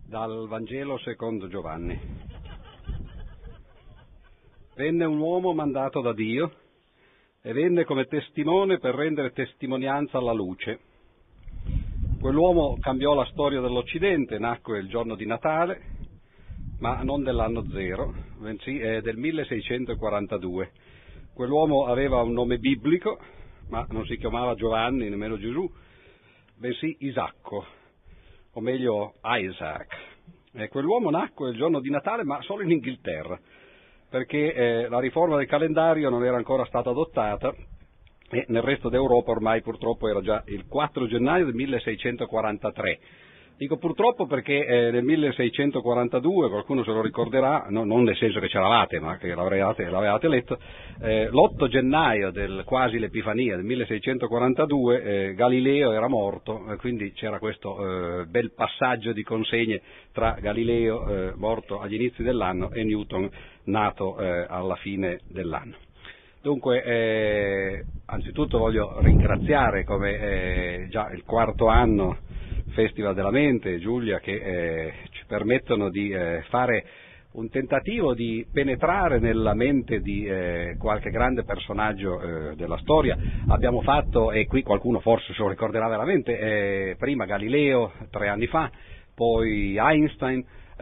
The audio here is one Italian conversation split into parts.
Dal Vangelo secondo Giovanni. Venne un uomo mandato da Dio e venne come testimone per rendere testimonianza alla luce. Quell'uomo cambiò la storia dell'Occidente, nacque il giorno di Natale, ma non dell'anno zero, bensì del 1642. Quell'uomo aveva un nome biblico, ma non si chiamava Giovanni, nemmeno Gesù, bensì Isacco, o meglio Isaac. Quell'uomo nacque il giorno di Natale, ma solo in Inghilterra, perché la riforma del calendario non era ancora stata adottata e nel resto d'Europa ormai purtroppo era già il 4 gennaio del 1643. Dico purtroppo perché nel 1642, qualcuno se lo ricorderà, non nel senso che c'eravate, ma che l'avevate letto, l'8 gennaio del quasi l'Epifania del 1642 Galileo era morto, quindi c'era questo bel passaggio di consegne tra Galileo morto agli inizi dell'anno e Newton nato alla fine dell'anno. Dunque, anzitutto voglio ringraziare come già il quarto anno Festival della Mente, Giulia, che ci permettono di fare un tentativo di penetrare nella mente di qualche grande personaggio della storia. Abbiamo fatto, e qui qualcuno forse se lo ricorderà veramente, prima Galileo 3 anni fa, poi Einstein,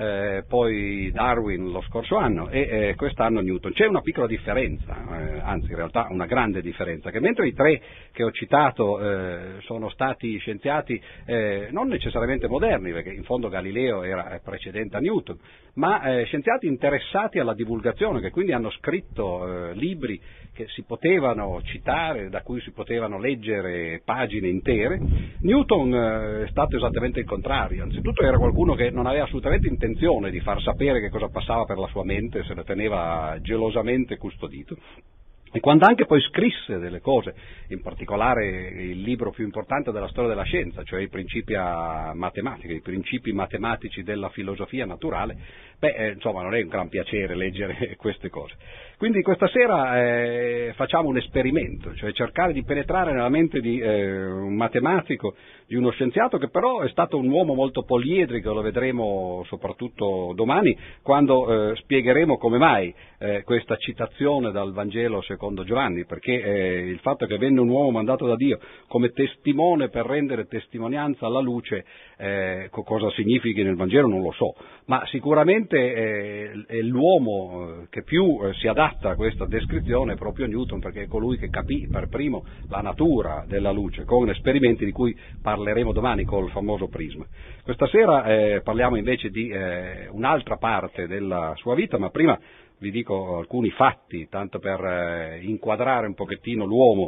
poi Darwin lo scorso anno e quest'anno Newton. C'è una piccola differenza, anzi in realtà una grande differenza, che mentre i tre che ho citato sono stati scienziati non necessariamente moderni, perché in fondo Galileo era precedente a Newton, ma scienziati interessati alla divulgazione, che quindi hanno scritto libri che si potevano citare, da cui si potevano leggere pagine intere. Newton è stato esattamente il contrario. Anzitutto era qualcuno che non aveva assolutamente intenzione di far sapere che cosa passava per la sua mente, se la teneva gelosamente custodito. E quando anche poi scrisse delle cose, in particolare il libro più importante della storia della scienza, cioè i Principia Mathematica, i principi matematici della filosofia naturale, insomma non è un gran piacere leggere queste cose. Quindi questa sera facciamo un esperimento, cioè cercare di penetrare nella mente di un matematico, di uno scienziato che però è stato un uomo molto poliedrico, lo vedremo soprattutto domani, quando spiegheremo come mai questa citazione dal Vangelo secondo Giovanni, perché il fatto che venne un uomo mandato da Dio come testimone per rendere testimonianza alla luce, cosa significhi nel Vangelo non lo so, ma sicuramente è l'uomo che più si adatta a questa descrizione è proprio Newton, perché è colui che capì per primo la natura della luce con esperimenti di cui parleremo domani col famoso prisma. Questa sera parliamo invece di un'altra parte della sua vita, ma prima vi dico alcuni fatti, tanto per inquadrare un pochettino l'uomo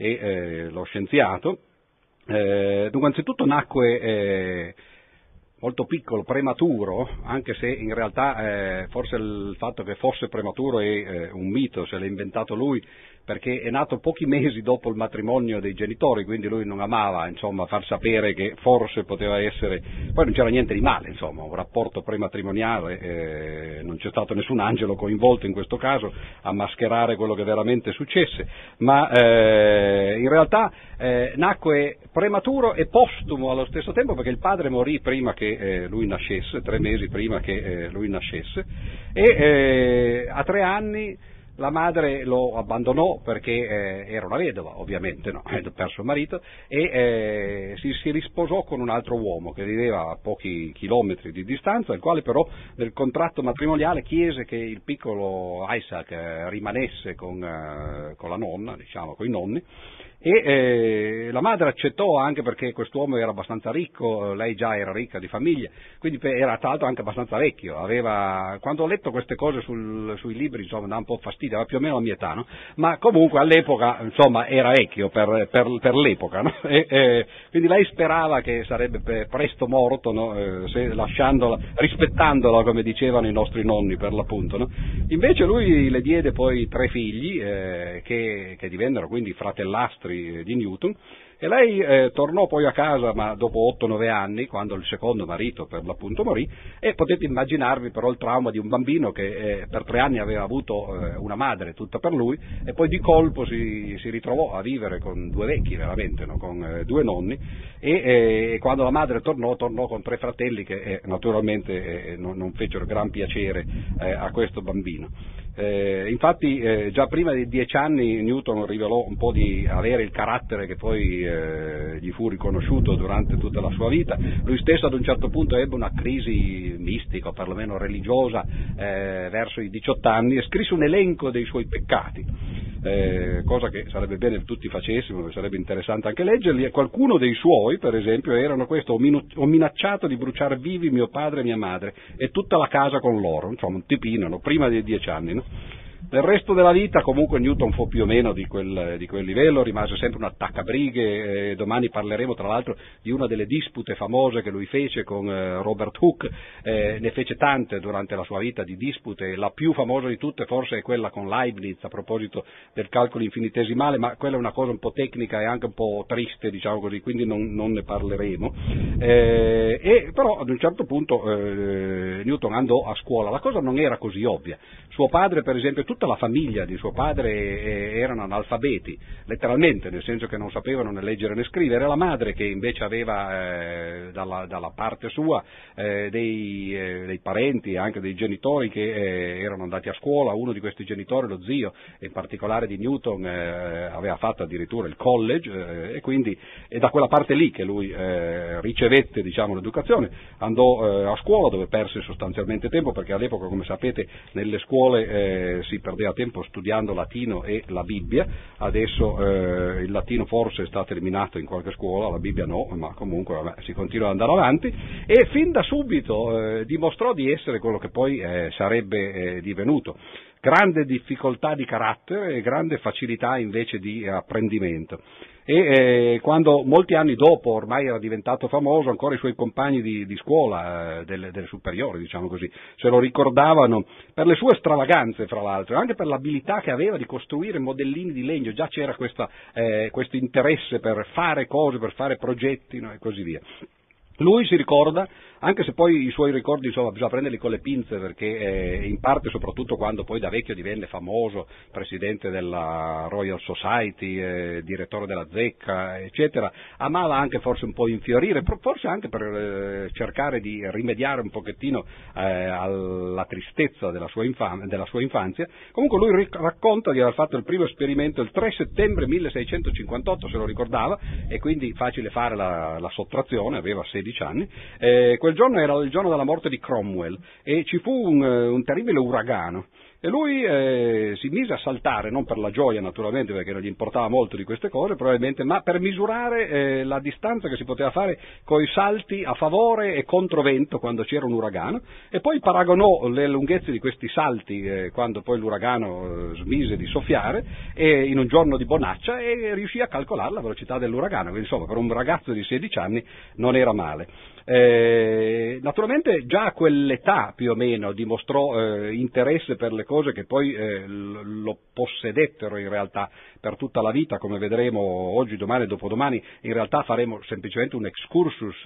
e lo scienziato. Dunque, anzitutto nacque molto piccolo, prematuro, anche se in realtà forse il fatto che fosse prematuro è un mito, se l'ha inventato lui, perché è nato pochi mesi dopo il matrimonio dei genitori, quindi lui non amava far sapere che forse poteva essere, poi non c'era niente di male, un rapporto prematrimoniale, non c'è stato nessun angelo coinvolto in questo caso a mascherare quello che veramente successe, ma in realtà nacque prematuro e postumo allo stesso tempo, perché il padre morì prima che lui nascesse, 3 mesi prima che lui nascesse, e a 3 anni la madre lo abbandonò perché era una vedova, ovviamente, aveva perso il marito, e si risposò con un altro uomo che viveva a pochi chilometri di distanza, il quale però nel contratto matrimoniale chiese che il piccolo Isaac rimanesse con la nonna, con i nonni, e la madre accettò, anche perché quest'uomo era abbastanza ricco, lei già era ricca di famiglia, quindi era tra l'altro anche abbastanza vecchio. Quando ho letto queste cose sui libri, dà un po' fastidio, aveva più o meno la mia età, no? Ma comunque all'epoca era vecchio per l'epoca, no? Quindi lei sperava che sarebbe presto morto, no? Rispettandola, come dicevano i nostri nonni per l'appunto, no? Invece lui le diede poi 3 figli che divennero quindi fratellastri di Newton, E lei tornò poi a casa, ma dopo 8-9 anni, quando il secondo marito per l'appunto morì, e potete immaginarvi però il trauma di un bambino che per 3 anni aveva avuto una madre tutta per lui, e poi di colpo si ritrovò a vivere con 2 vecchi veramente, no? Con 2 nonni, e quando la madre tornò con 3 fratelli che naturalmente non fecero gran piacere a questo bambino. Infatti già prima di 10 anni Newton rivelò un po' di avere il carattere che poi gli fu riconosciuto durante tutta la sua vita. Lui stesso ad un certo punto ebbe una crisi mistica, o perlomeno religiosa, verso i 18 anni, e scrisse un elenco dei suoi peccati, cosa che sarebbe bene che tutti facessimo, sarebbe interessante anche leggerli, e qualcuno dei suoi, per esempio, erano questo: ho minacciato di bruciare vivi mio padre e mia madre e tutta la casa con loro, insomma un tipino, no? Prima dei 10 anni, no? Nel resto della vita comunque Newton fu più o meno di quel livello, rimase sempre un attaccabrighe. Domani parleremo tra l'altro di una delle dispute famose che lui fece con Robert Hooke, ne fece tante durante la sua vita di dispute, la più famosa di tutte forse è quella con Leibniz a proposito del calcolo infinitesimale, ma quella è una cosa un po' tecnica e anche un po' triste, diciamo così, quindi non ne parleremo. Però ad un certo punto Newton andò a scuola. La cosa non era così ovvia. Suo padre, per esempio, tutta la famiglia di suo padre erano analfabeti, letteralmente, nel senso che non sapevano né leggere né scrivere. La madre, che invece aveva dalla parte sua dei parenti e anche dei genitori che erano andati a scuola. Uno di questi genitori, lo zio, in particolare di Newton, aveva fatto addirittura il college, e quindi è da quella parte lì che lui ricevette, diciamo, l'educazione. Andò a scuola, dove perse sostanzialmente tempo, perché all'epoca, come sapete, nelle scuole si perdeva tempo studiando latino e la Bibbia. Adesso il latino forse è stato eliminato in qualche scuola, la Bibbia no, ma comunque si continua ad andare avanti, e fin da subito dimostrò di essere quello che poi sarebbe divenuto. Grande difficoltà di carattere e grande facilità invece di apprendimento. E quando molti anni dopo ormai era diventato famoso, ancora i suoi compagni di scuola, delle superiori, diciamo così, se lo ricordavano per le sue stravaganze, fra l'altro, e anche per l'abilità che aveva di costruire modellini di legno. Già c'era questo interesse per fare cose, per fare progetti, no, e così via. Lui si ricorda, anche se poi i suoi ricordi, insomma, bisogna prenderli con le pinze, perché in parte, soprattutto quando poi da vecchio divenne famoso, presidente della Royal Society, direttore della Zecca, eccetera, amava anche forse un po' infiorire, forse anche per cercare di rimediare un pochettino alla tristezza della sua infanzia. Comunque lui racconta di aver fatto il primo esperimento il 3 settembre 1658, se lo ricordava, e quindi facile fare la sottrazione, aveva 16 anni. Quel giorno era il giorno della morte di Cromwell, e ci fu un terribile uragano, e lui si mise a saltare, non per la gioia naturalmente, perché non gli importava molto di queste cose probabilmente, ma per misurare la distanza che si poteva fare coi salti a favore e contro vento quando c'era un uragano, e poi paragonò le lunghezze di questi salti quando poi l'uragano smise di soffiare, in un giorno di bonaccia, e riuscì a calcolare la velocità dell'uragano. Quindi, insomma, per un ragazzo di 16 anni non era male. Naturalmente già a quell'età più o meno dimostrò interesse per le cose che poi lo possedettero in realtà per tutta la vita, come vedremo oggi, domani e dopodomani. In realtà faremo semplicemente un excursus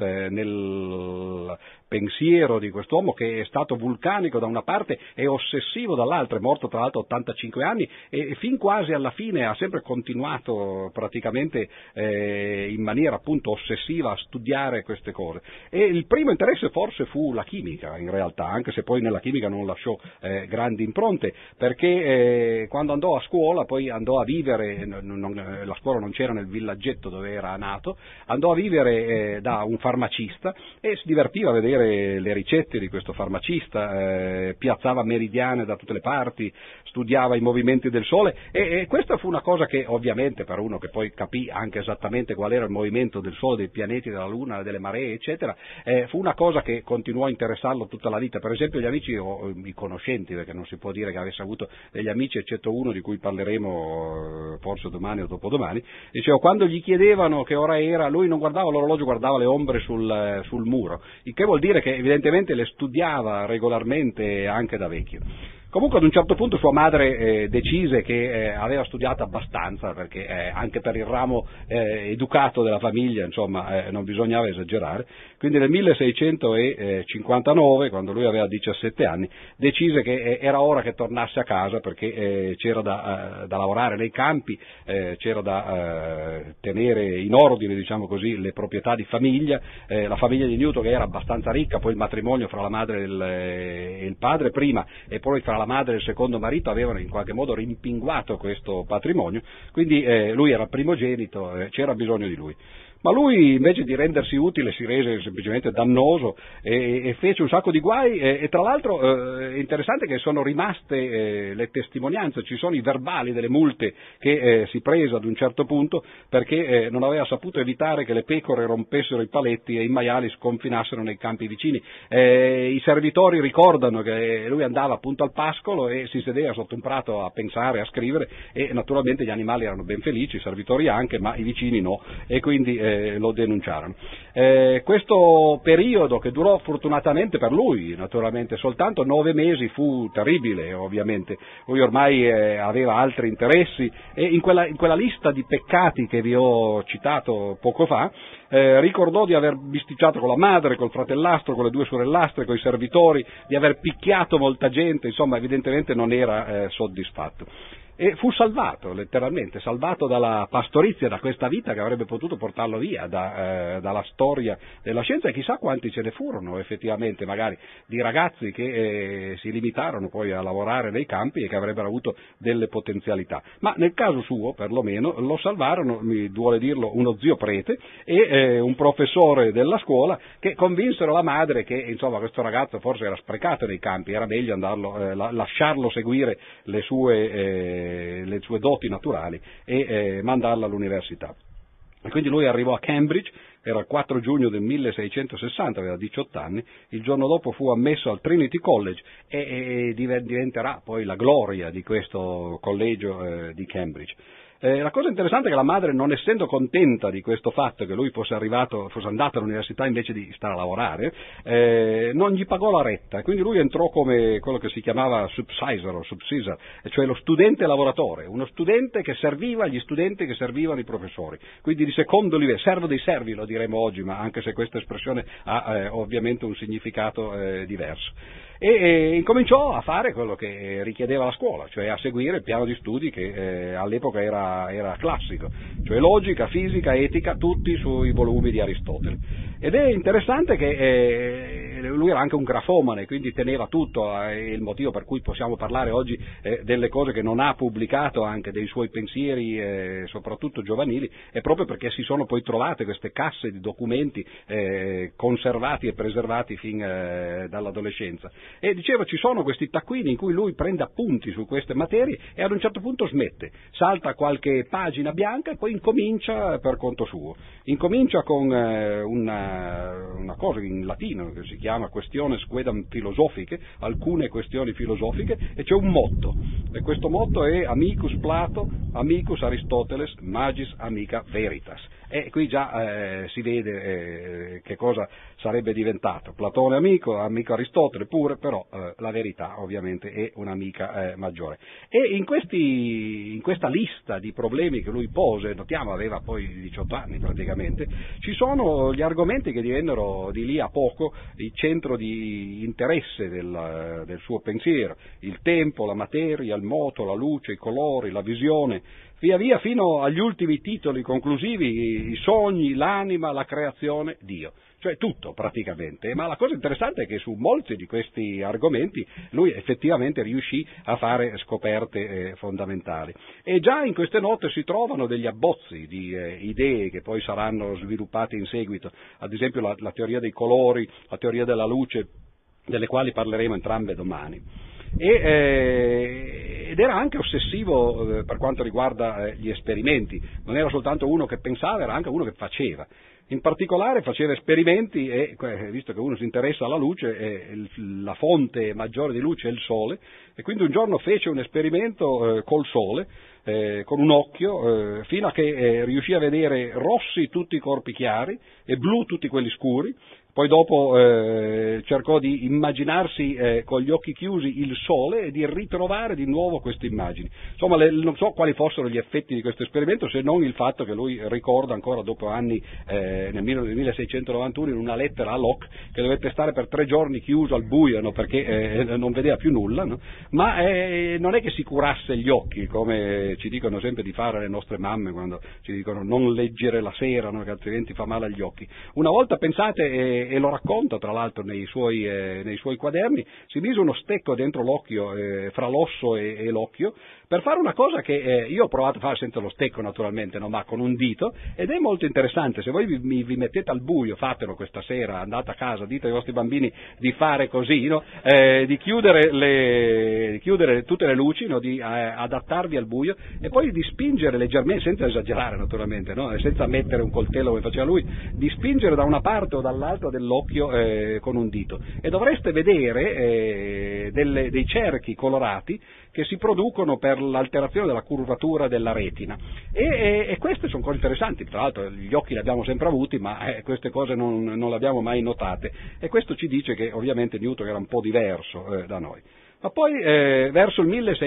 nel pensiero di quest'uomo, che è stato vulcanico da una parte e ossessivo dall'altra. È morto tra l'altro a 85 anni, e fin quasi alla fine ha sempre continuato praticamente in maniera appunto ossessiva a studiare queste cose. E il primo interesse forse fu la chimica, in realtà, anche se poi nella chimica non lasciò grandi impronte, perché quando andò a scuola, poi andò a vivere, la scuola non c'era nel villaggetto dove era nato, andò a vivere da un farmacista, e si divertiva a vedere le ricette di questo farmacista, piazzava meridiane da tutte le parti, studiava i movimenti del Sole, e questa fu una cosa che ovviamente, per uno che poi capì anche esattamente qual era il movimento del Sole, dei pianeti, della Luna, delle maree, eccetera, fu una cosa che continuò a interessarlo tutta la vita. Per esempio gli amici o i conoscenti, perché non si può dire che avesse avuto degli amici, eccetto uno di cui parleremo forse domani o dopodomani, dicevo, quando gli chiedevano che ora era, lui non guardava l'orologio, guardava le ombre sul muro, il che vuol dire che evidentemente le studiava regolarmente anche da vecchio. Comunque ad un certo punto sua madre decise che aveva studiato abbastanza, perché anche per il ramo educato della famiglia, insomma, non bisognava esagerare, quindi nel 1659, quando lui aveva 17 anni, decise che era ora che tornasse a casa, perché c'era da lavorare nei campi, c'era da tenere in ordine, diciamo così, le proprietà di famiglia, la famiglia di Newton, che era abbastanza ricca, poi il matrimonio fra la madre e il padre prima, e poi fra la madre e il secondo marito avevano in qualche modo rimpinguato questo patrimonio, quindi lui era il primogenito, c'era bisogno di lui. Ma lui, invece di rendersi utile, si rese semplicemente dannoso e fece un sacco di guai, e tra l'altro è interessante che sono rimaste le testimonianze, ci sono i verbali delle multe che si prese ad un certo punto, perché non aveva saputo evitare che le pecore rompessero i paletti e i maiali sconfinassero nei campi vicini. I servitori ricordano che lui andava appunto al pascolo e si sedeva sotto un prato a pensare, a scrivere, e naturalmente gli animali erano ben felici, i servitori anche, ma i vicini no, e quindi lo denunciarono. Questo periodo, che durò fortunatamente per lui, naturalmente, soltanto 9 mesi, fu terribile, ovviamente. Lui ormai aveva altri interessi, e in quella lista di peccati che vi ho citato poco fa, ricordò di aver bisticciato con la madre, col fratellastro, con le 2 sorellastre, con i servitori, di aver picchiato molta gente, insomma evidentemente non era soddisfatto. E fu salvato, letteralmente, salvato dalla pastorizia, da questa vita che avrebbe potuto portarlo via dalla storia della scienza, e chissà quanti ce ne furono effettivamente, magari, di ragazzi che si limitarono poi a lavorare nei campi e che avrebbero avuto delle potenzialità. Ma nel caso suo, perlomeno, lo salvarono, mi duole dirlo, uno zio prete e un professore della scuola, che convinsero la madre che, insomma, questo ragazzo forse era sprecato nei campi, era meglio lasciarlo seguire le sue doti naturali e mandarla all'università. E quindi lui arrivò a Cambridge, era il 4 giugno del 1660, aveva 18 anni, il giorno dopo fu ammesso al Trinity College e diventerà poi la gloria di questo collegio di Cambridge. La cosa interessante è che la madre, non essendo contenta di questo fatto che lui fosse andato all'università invece di stare a lavorare, non gli pagò la retta, quindi lui entrò come quello che si chiamava subsizar, cioè lo studente lavoratore, uno studente che serviva agli studenti che servivano i professori, quindi di secondo livello, servo dei servi lo diremo oggi, ma anche se questa espressione ha ovviamente un significato diverso. E incominciò a fare quello che richiedeva la scuola, cioè a seguire il piano di studi che all'epoca era classico, cioè logica, fisica, etica, tutti sui volumi di Aristotele. Ed è interessante che lui era anche un grafomane, quindi teneva tutto, il motivo per cui possiamo parlare oggi delle cose che non ha pubblicato, anche dei suoi pensieri, soprattutto giovanili, è proprio perché si sono poi trovate queste casse di documenti conservati e preservati fin dall'adolescenza. E diceva, ci sono questi taccuini in cui lui prende appunti su queste materie e ad un certo punto smette, salta qualche pagina bianca e poi incomincia per conto suo. Incomincia con una cosa in latino che si chiama questiones quedam philosophiche, alcune questioni filosofiche, e c'è un motto, e questo motto è amicus Plato, amicus Aristoteles, magis amica veritas. E qui già si vede che cosa sarebbe diventato. Platone amico Aristotele pure, però la verità ovviamente è un'amica maggiore. E in questa lista di problemi che lui pose, notiamo aveva poi 18 anni praticamente, ci sono gli argomenti che divennero di lì a poco il centro di interesse del suo pensiero: il tempo, la materia, il moto, la luce, i colori, la visione, via via fino agli ultimi titoli conclusivi: i sogni, l'anima, la creazione, Dio. Cioè tutto praticamente, ma la cosa interessante è che su molti di questi argomenti lui effettivamente riuscì a fare scoperte fondamentali. E già in queste note si trovano degli abbozzi di idee che poi saranno sviluppate in seguito, ad esempio la teoria dei colori, la teoria della luce, delle quali parleremo entrambe domani. Ed era anche ossessivo per quanto riguarda gli esperimenti, non era soltanto uno che pensava, era anche uno che faceva. In particolare faceva esperimenti e, visto che uno si interessa alla luce, la fonte maggiore di luce è il Sole, e quindi un giorno fece un esperimento col Sole, con un occhio, fino a che riuscì a vedere rossi tutti i corpi chiari e blu tutti quelli scuri. Poi dopo cercò di immaginarsi con gli occhi chiusi il Sole e di ritrovare di nuovo queste immagini. Insomma, non so quali fossero gli effetti di questo esperimento, se non il fatto che lui ricorda ancora dopo anni, nel 1691, in una lettera a Locke, che dovette stare per 3 giorni chiuso al buio, no, perché non vedeva più nulla, no? Ma non è che si curasse gli occhi, come ci dicono sempre di fare le nostre mamme quando ci dicono non leggere la sera, no, che altrimenti fa male agli occhi. Una volta, pensate, e lo racconta tra l'altro nei suoi quaderni, si mise uno stecco dentro l'occhio, fra l'osso e l'occhio, per fare una cosa che io ho provato a fare senza lo stecco naturalmente, no, ma con un dito, ed è molto interessante. Se voi vi mettete al buio, fatelo questa sera, andate a casa, dite ai vostri bambini di fare così, no? Di chiudere tutte le luci, no? Di adattarvi al buio e poi di spingere leggermente, senza esagerare naturalmente, no? Senza mettere un coltello come faceva lui, di spingere da una parte o dall'altra dell'occhio con un dito, e dovreste vedere dei cerchi colorati che si producono per l'alterazione della curvatura della retina, e queste sono cose interessanti. Tra l'altro gli occhi li abbiamo sempre avuti, ma queste cose non le abbiamo mai notate, e questo ci dice che ovviamente Newton era un po' diverso da noi. Ma poi verso il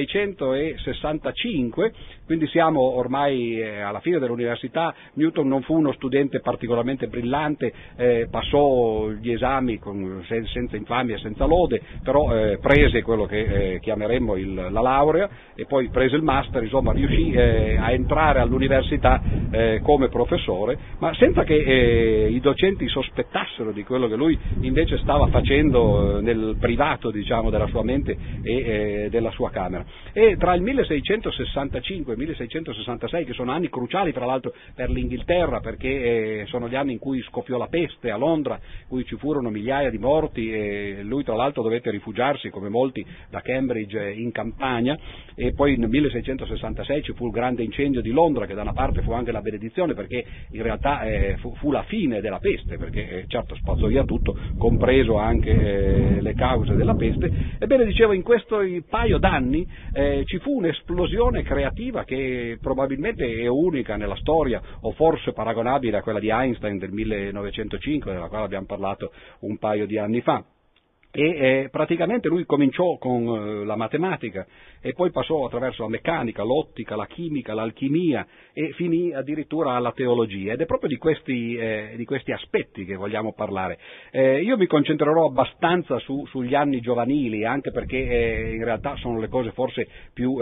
1665, quindi siamo ormai alla fine dell'università, Newton non fu uno studente particolarmente brillante, passò gli esami senza infamia e senza lode, però prese quello che chiameremmo la laurea e poi prese il master, insomma riuscì a entrare all'università come professore, ma senza che i docenti sospettassero di quello che lui invece stava facendo nel privato, diciamo, della sua mente e della sua camera. E tra il 1665 e il 1666, che sono anni cruciali tra l'altro per l'Inghilterra, perché sono gli anni in cui scoppiò la peste a Londra, in cui ci furono migliaia di morti, e lui tra l'altro dovette rifugiarsi come molti da Cambridge in campagna, e poi nel 1666 ci fu il grande incendio di Londra, che da una parte fu anche la benedizione, perché in realtà fu la fine della peste, perché certo spazzò via tutto, compreso anche le cause della peste. Ebbene, dicevo, in questo paio d'anni ci fu un'esplosione creativa che probabilmente è unica nella storia, o forse paragonabile a quella di Einstein del 1905, della quale abbiamo parlato un paio di anni fa. E praticamente lui cominciò con la matematica e poi passò attraverso la meccanica, l'ottica, la chimica, l'alchimia e finì addirittura alla teologia, ed è proprio di questi aspetti che vogliamo parlare. Io mi concentrerò abbastanza sugli anni giovanili, anche perché in realtà sono le cose forse più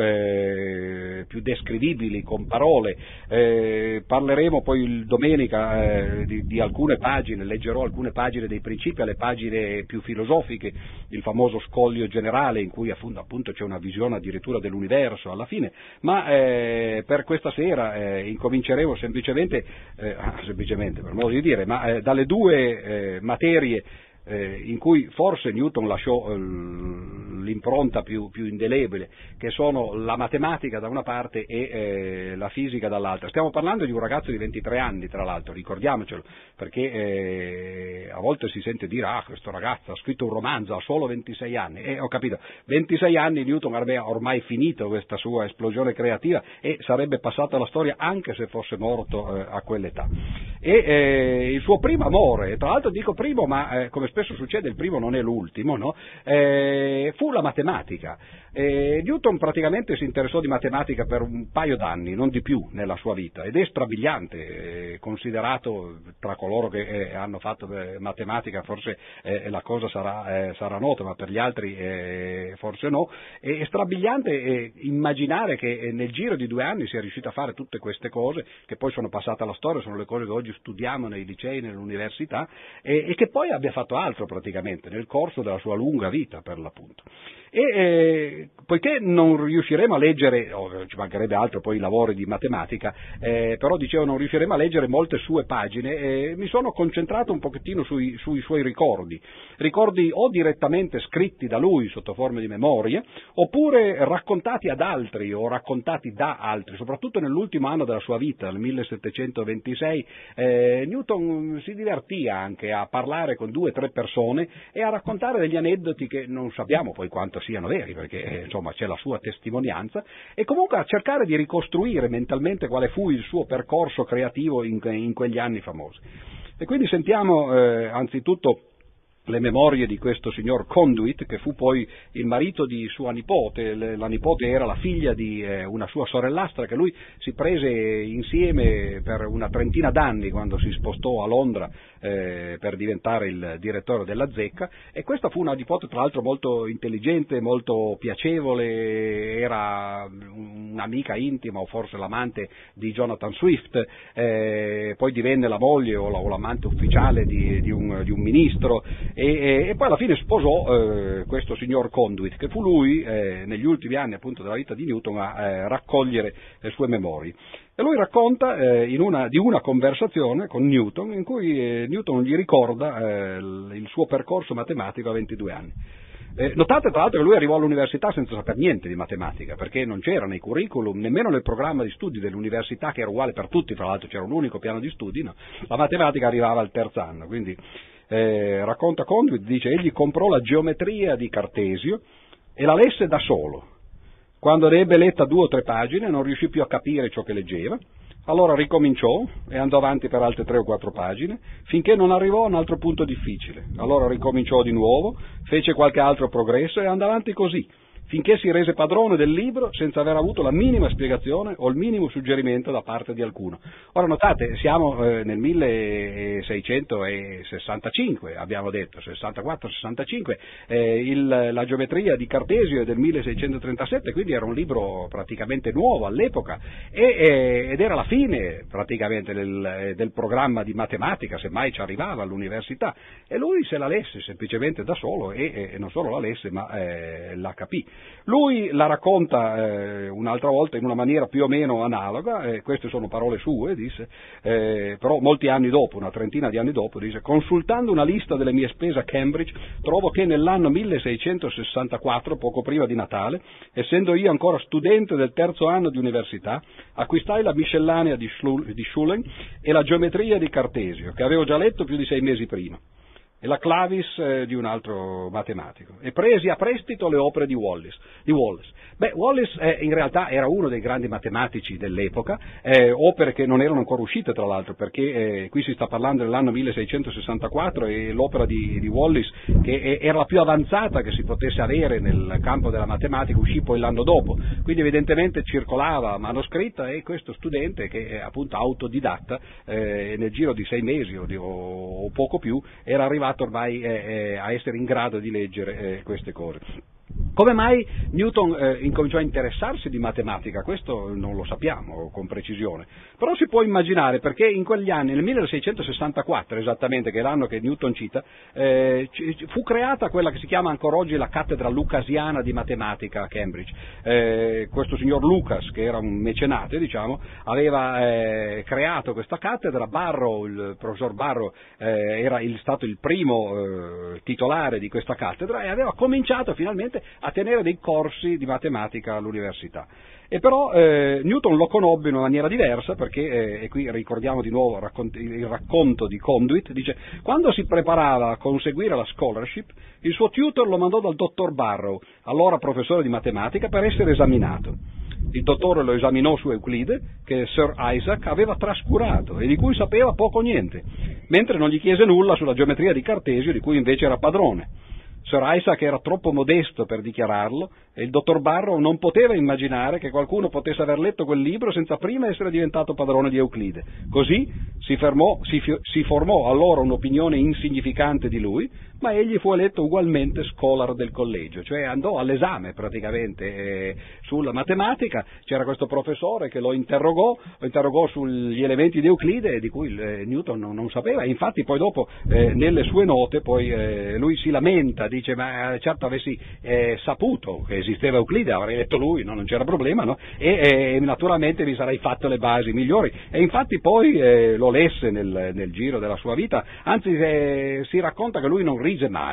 descrivibili con parole. Parleremo poi domenica di alcune pagine, leggerò alcune pagine dei Principi, alle pagine più filosofiche, il famoso Scoglio Generale, in cui appunto c'è una visione addirittura dell'universo alla fine, ma per questa sera incominceremo semplicemente per modo di dire, ma dalle due materie in cui forse Newton lasciò l'impronta più indelebile, che sono la matematica da una parte e la fisica dall'altra. Stiamo parlando di un ragazzo di 23 anni, tra l'altro, ricordiamocelo, perché a volte si sente dire questo ragazzo ha scritto un romanzo, ha solo 26 anni, ho capito, 26 anni Newton avrebbe ormai finito questa sua esplosione creativa e sarebbe passato alla storia anche se fosse morto a quell'età. E il suo primo amore, tra l'altro dico primo, ma come spesso succede il primo non è l'ultimo, no? Fu la matematica. Newton praticamente si interessò di matematica per un paio d'anni, non di più, nella sua vita, ed è strabiliante, considerato tra coloro che hanno fatto matematica, forse la cosa sarà nota, ma per gli altri forse no. È strabiliante immaginare che nel giro di 2 anni sia riuscito a fare tutte queste cose, che poi sono passate alla storia, sono le cose che oggi studiamo nei licei, nelle università, e che poi abbia fatto altro praticamente nel corso della sua lunga vita, per l'appunto. E poiché non riusciremo a leggere, ci mancherebbe altro poi i lavori di matematica, però dicevo non riusciremo a leggere molte sue pagine, mi sono concentrato un pochettino sui suoi ricordi o direttamente scritti da lui sotto forma di memorie, oppure raccontati ad altri o raccontati da altri, soprattutto nell'ultimo anno della sua vita, nel 1726, Newton si divertia anche a parlare con 2 o 3 persone e a raccontare degli aneddoti che non sappiamo poi quanto siano veri, perché insomma c'è la sua testimonianza, e comunque a cercare di ricostruire mentalmente quale fu il suo percorso creativo in quegli anni famosi. E quindi sentiamo anzitutto le memorie di questo signor Conduit, che fu poi il marito di sua nipote. La nipote era la figlia di una sua sorellastra che lui si prese insieme per una trentina d'anni quando si spostò a Londra per diventare il direttore della Zecca, e questa fu una nipote tra l'altro molto intelligente, molto piacevole, era un'amica intima o forse l'amante di Jonathan Swift, poi divenne la moglie o l'amante ufficiale di un ministro, e poi alla fine sposò questo signor Conduit, che fu lui negli ultimi anni appunto della vita di Newton a raccogliere le sue memorie. E lui racconta di una conversazione con Newton in cui Newton gli ricorda il suo percorso matematico a 22 anni. Notate tra l'altro che lui arrivò all'università senza saper niente di matematica, perché non c'era nei curriculum, nemmeno nel programma di studi dell'università, che era uguale per tutti, tra l'altro c'era un unico piano di studi, no? La matematica arrivava al terzo anno, quindi racconta Conduit, dice: egli comprò la geometria di Cartesio e la lesse da solo. Quando ne ebbe letta 2 o 3 pagine non riuscì più a capire ciò che leggeva, allora ricominciò e andò avanti per altre 3 o 4 pagine, finché non arrivò a un altro punto difficile. Allora ricominciò di nuovo, fece qualche altro progresso e andò avanti così, finché si rese padrone del libro senza aver avuto la minima spiegazione o il minimo suggerimento da parte di alcuno. Ora notate, siamo nel 1665, abbiamo detto, 64-65, la geometria di Cartesio è del 1637, quindi era un libro praticamente nuovo all'epoca, ed era la fine praticamente del programma di matematica, se mai ci arrivava all'università, e lui se la lesse semplicemente da solo, e non solo la lesse ma la capì. Lui la racconta un'altra volta in una maniera più o meno analoga, queste sono parole sue, disse, però molti anni dopo, una trentina di anni dopo, dice: consultando una lista delle mie spese a Cambridge, trovo che nell'anno 1664, poco prima di Natale, essendo io ancora studente del terzo anno di università, acquistai la miscellanea di Schulen e la geometria di Cartesio, che avevo già letto più di 6 mesi prima, e la Clavis di un altro matematico, e presi a prestito le opere di Wallis. Wallis in realtà era uno dei grandi matematici dell'epoca, opere che non erano ancora uscite tra l'altro, perché qui si sta parlando dell'anno 1664 e l'opera di Wallis, che era la più avanzata che si potesse avere nel campo della matematica, uscì poi l'anno dopo, quindi evidentemente circolava manoscritta, e questo studente, che è appunto autodidatta, nel giro di 6 mesi o poco più era arrivato ormai a essere in grado di leggere queste cose. Come mai Newton incominciò a interessarsi di matematica? Questo non lo sappiamo con precisione, però si può immaginare, perché in quegli anni, nel 1664 esattamente, che è l'anno che Newton cita, fu creata quella che si chiama ancora oggi la cattedra lucasiana di matematica a Cambridge. Questo signor Lucas, che era un mecenate, diciamo, aveva creato questa cattedra. Il professor Barrow era stato il primo titolare di questa cattedra, e aveva cominciato finalmente a tenere dei corsi di matematica all'università. E però Newton lo conobbe in una maniera diversa, perché, e qui ricordiamo di nuovo il racconto di Conduit, dice: quando si preparava a conseguire la scholarship, il suo tutor lo mandò dal dottor Barrow, allora professore di matematica, per essere esaminato. Il dottore lo esaminò su Euclide, che Sir Isaac aveva trascurato e di cui sapeva poco o niente, mentre non gli chiese nulla sulla geometria di Cartesio, di cui invece era padrone. Sir Isaac era troppo modesto per dichiararlo, e il dottor Barrow non poteva immaginare che qualcuno potesse aver letto quel libro senza prima essere diventato padrone di Euclide. Così si formò allora un'opinione insignificante di lui, ma egli fu eletto ugualmente scholar del collegio, cioè andò all'esame praticamente sulla matematica. C'era questo professore che lo interrogò sugli elementi di Euclide, di cui Newton non sapeva, e infatti poi dopo nelle sue note poi lui si lamenta, dice: ma certo avessi saputo che esisteva Euclide, avrei letto lui, no? Non c'era problema, no? E naturalmente mi sarei fatto le basi migliori, e infatti poi lo lesse nel giro della sua vita. Anzi, si racconta che lui non rise mai,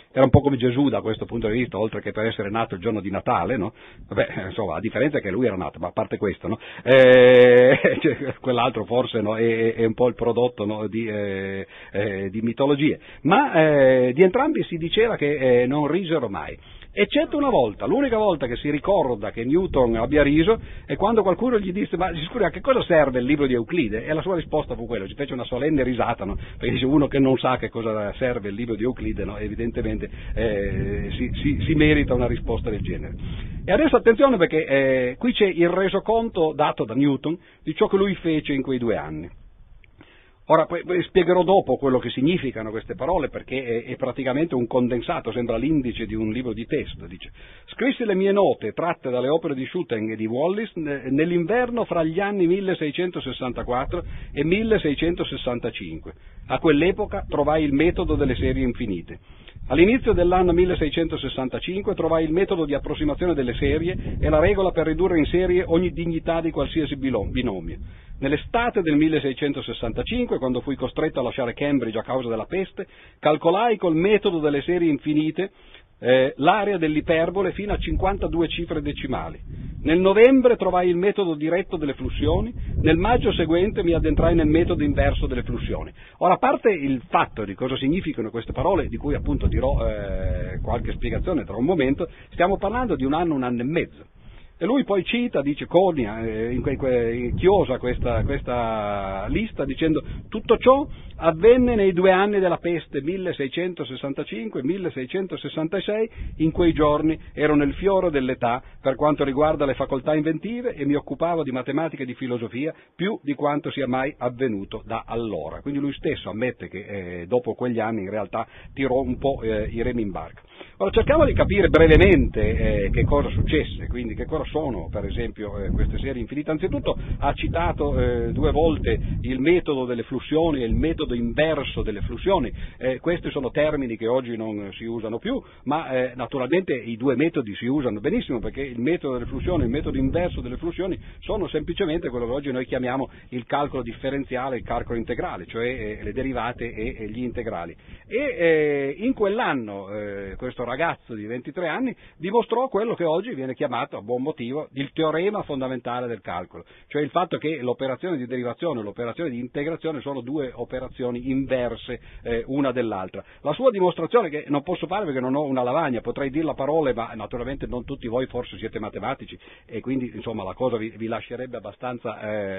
era un po' come Gesù da questo punto di vista, oltre che per essere nato il giorno di Natale, no? Vabbè, insomma, la differenza è che lui era nato, ma a parte questo, no? Cioè, quell'alro forse, no? È un po' il prodotto, no? di mitologie, ma di entrambi si diceva che non risero mai. Eccetto una volta, l'unica volta che si ricorda che Newton abbia riso è quando qualcuno gli disse: ma scusa, a che cosa serve il libro di Euclide? E la sua risposta fu quella, ci fece una solenne risata, no? Perché dice: uno che non sa che cosa serve il libro di Euclide, no? Evidentemente si merita una risposta del genere. E adesso attenzione, perché qui c'è il resoconto dato da Newton di ciò che lui fece in quei 2 anni. Ora, poi spiegherò dopo quello che significano queste parole, perché è praticamente un condensato, sembra l'indice di un libro di testo. Dice: scrissi le mie note tratte dalle opere di Schouten e di Wallis nell'inverno fra gli anni 1664 e 1665. A quell'epoca trovai il metodo delle serie infinite. All'inizio dell'anno 1665 trovai il metodo di approssimazione delle serie e la regola per ridurre in serie ogni dignità di qualsiasi binomio. Nell'estate del 1665, quando fui costretto a lasciare Cambridge a causa della peste, calcolai col metodo delle serie infinite l'area dell'iperbole fino a 52 cifre decimali. Nel novembre trovai il metodo diretto delle flussioni, nel maggio seguente mi addentrai nel metodo inverso delle flussioni. Ora, a parte il fatto di cosa significano queste parole, di cui appunto dirò qualche spiegazione tra un momento, stiamo parlando di un anno e mezzo. E lui poi cita, dice, conia, chiosa questa lista dicendo: tutto ciò avvenne nei 2 anni della peste 1665-1666, in quei giorni ero nel fiore dell'età per quanto riguarda le facoltà inventive e mi occupavo di matematica e di filosofia più di quanto sia mai avvenuto da allora. Quindi lui stesso ammette che dopo quegli anni in realtà tirò un po' i remi in barca. Ora cerchiamo di capire brevemente che cosa successe, quindi che cosa sono per esempio queste serie infinite. Anzitutto ha citato 2 volte il metodo delle flussioni e il metodo inverso delle flussioni. Questi sono termini che oggi non si usano più, ma naturalmente i 2 metodi si usano benissimo, perché il metodo delle flussioni e il metodo inverso delle flussioni sono semplicemente quello che oggi noi chiamiamo il calcolo differenziale e il calcolo integrale, cioè le derivate e gli integrali. E in quell'anno questo ragazzo di 23 anni dimostrò quello che oggi viene chiamato, a buon motivo, il teorema fondamentale del calcolo, cioè il fatto che l'operazione di derivazione e l'operazione di integrazione sono 2 operazioni inverse una dell'altra. La sua dimostrazione, che non posso fare perché non ho una lavagna, potrei dirla a parole, ma naturalmente non tutti voi forse siete matematici e quindi insomma la cosa vi lascerebbe abbastanza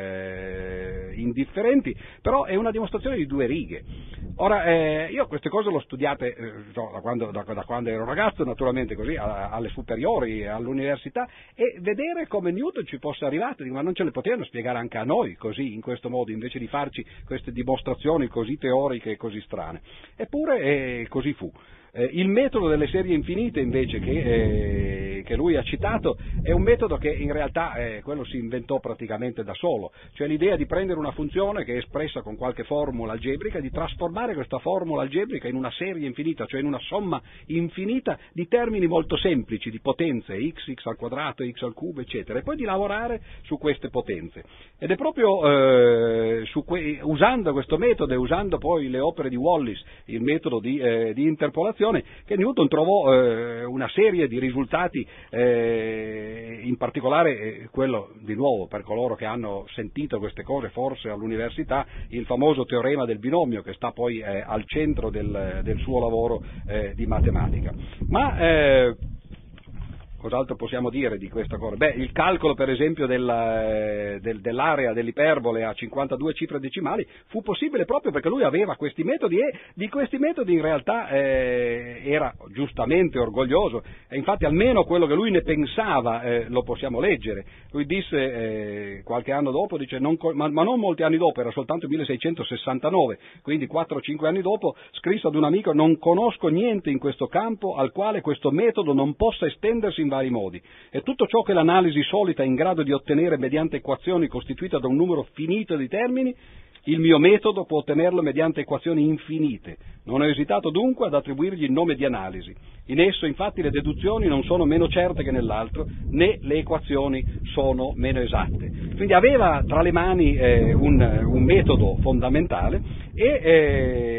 indifferenti, però è una dimostrazione di 2 righe. Ora, io queste cose le ho studiate da quando ero ragazzo, naturalmente così, alle superiori, all'università, e vedere come Newton ci fosse arrivato, ma non ce le potevano spiegare anche a noi così, in questo modo, invece di farci queste dimostrazioni così teoriche e così strane. Eppure così fu. Il metodo delle serie infinite invece che lui ha citato è un metodo che in realtà quello si inventò praticamente da solo, cioè l'idea di prendere una funzione che è espressa con qualche formula algebrica, di trasformare questa formula algebrica in una serie infinita, cioè in una somma infinita di termini molto semplici, di potenze, x al quadrato, x al cubo, eccetera, e poi di lavorare su queste potenze. Ed è proprio usando questo metodo e usando poi le opere di Wallis, il metodo di interpolazione, che Newton trovò una serie di risultati, in particolare quello, di nuovo, per coloro che hanno sentito queste cose forse all'università, il famoso teorema del binomio, che sta poi al centro del suo lavoro di matematica. Ma cos'altro possiamo dire di questa cosa? Beh, il calcolo per esempio dell'area dell'iperbole a 52 cifre decimali fu possibile proprio perché lui aveva questi metodi, e di questi metodi in realtà era giustamente orgoglioso, e infatti almeno quello che lui ne pensava lo possiamo leggere. Lui disse qualche anno dopo, dice, ma non molti anni dopo, era soltanto 1669, quindi 4-5 anni dopo, scrisse ad un amico: non conosco niente in questo campo al quale questo metodo non possa estendersi in vari modi, e tutto ciò che l'analisi solita è in grado di ottenere mediante equazioni costituite da un numero finito di termini, il mio metodo può ottenerlo mediante equazioni infinite. Non ho esitato dunque ad attribuirgli il nome di analisi. In esso infatti le deduzioni non sono meno certe che nell'altro, né le equazioni sono meno esatte. Quindi aveva tra le mani un metodo fondamentale, e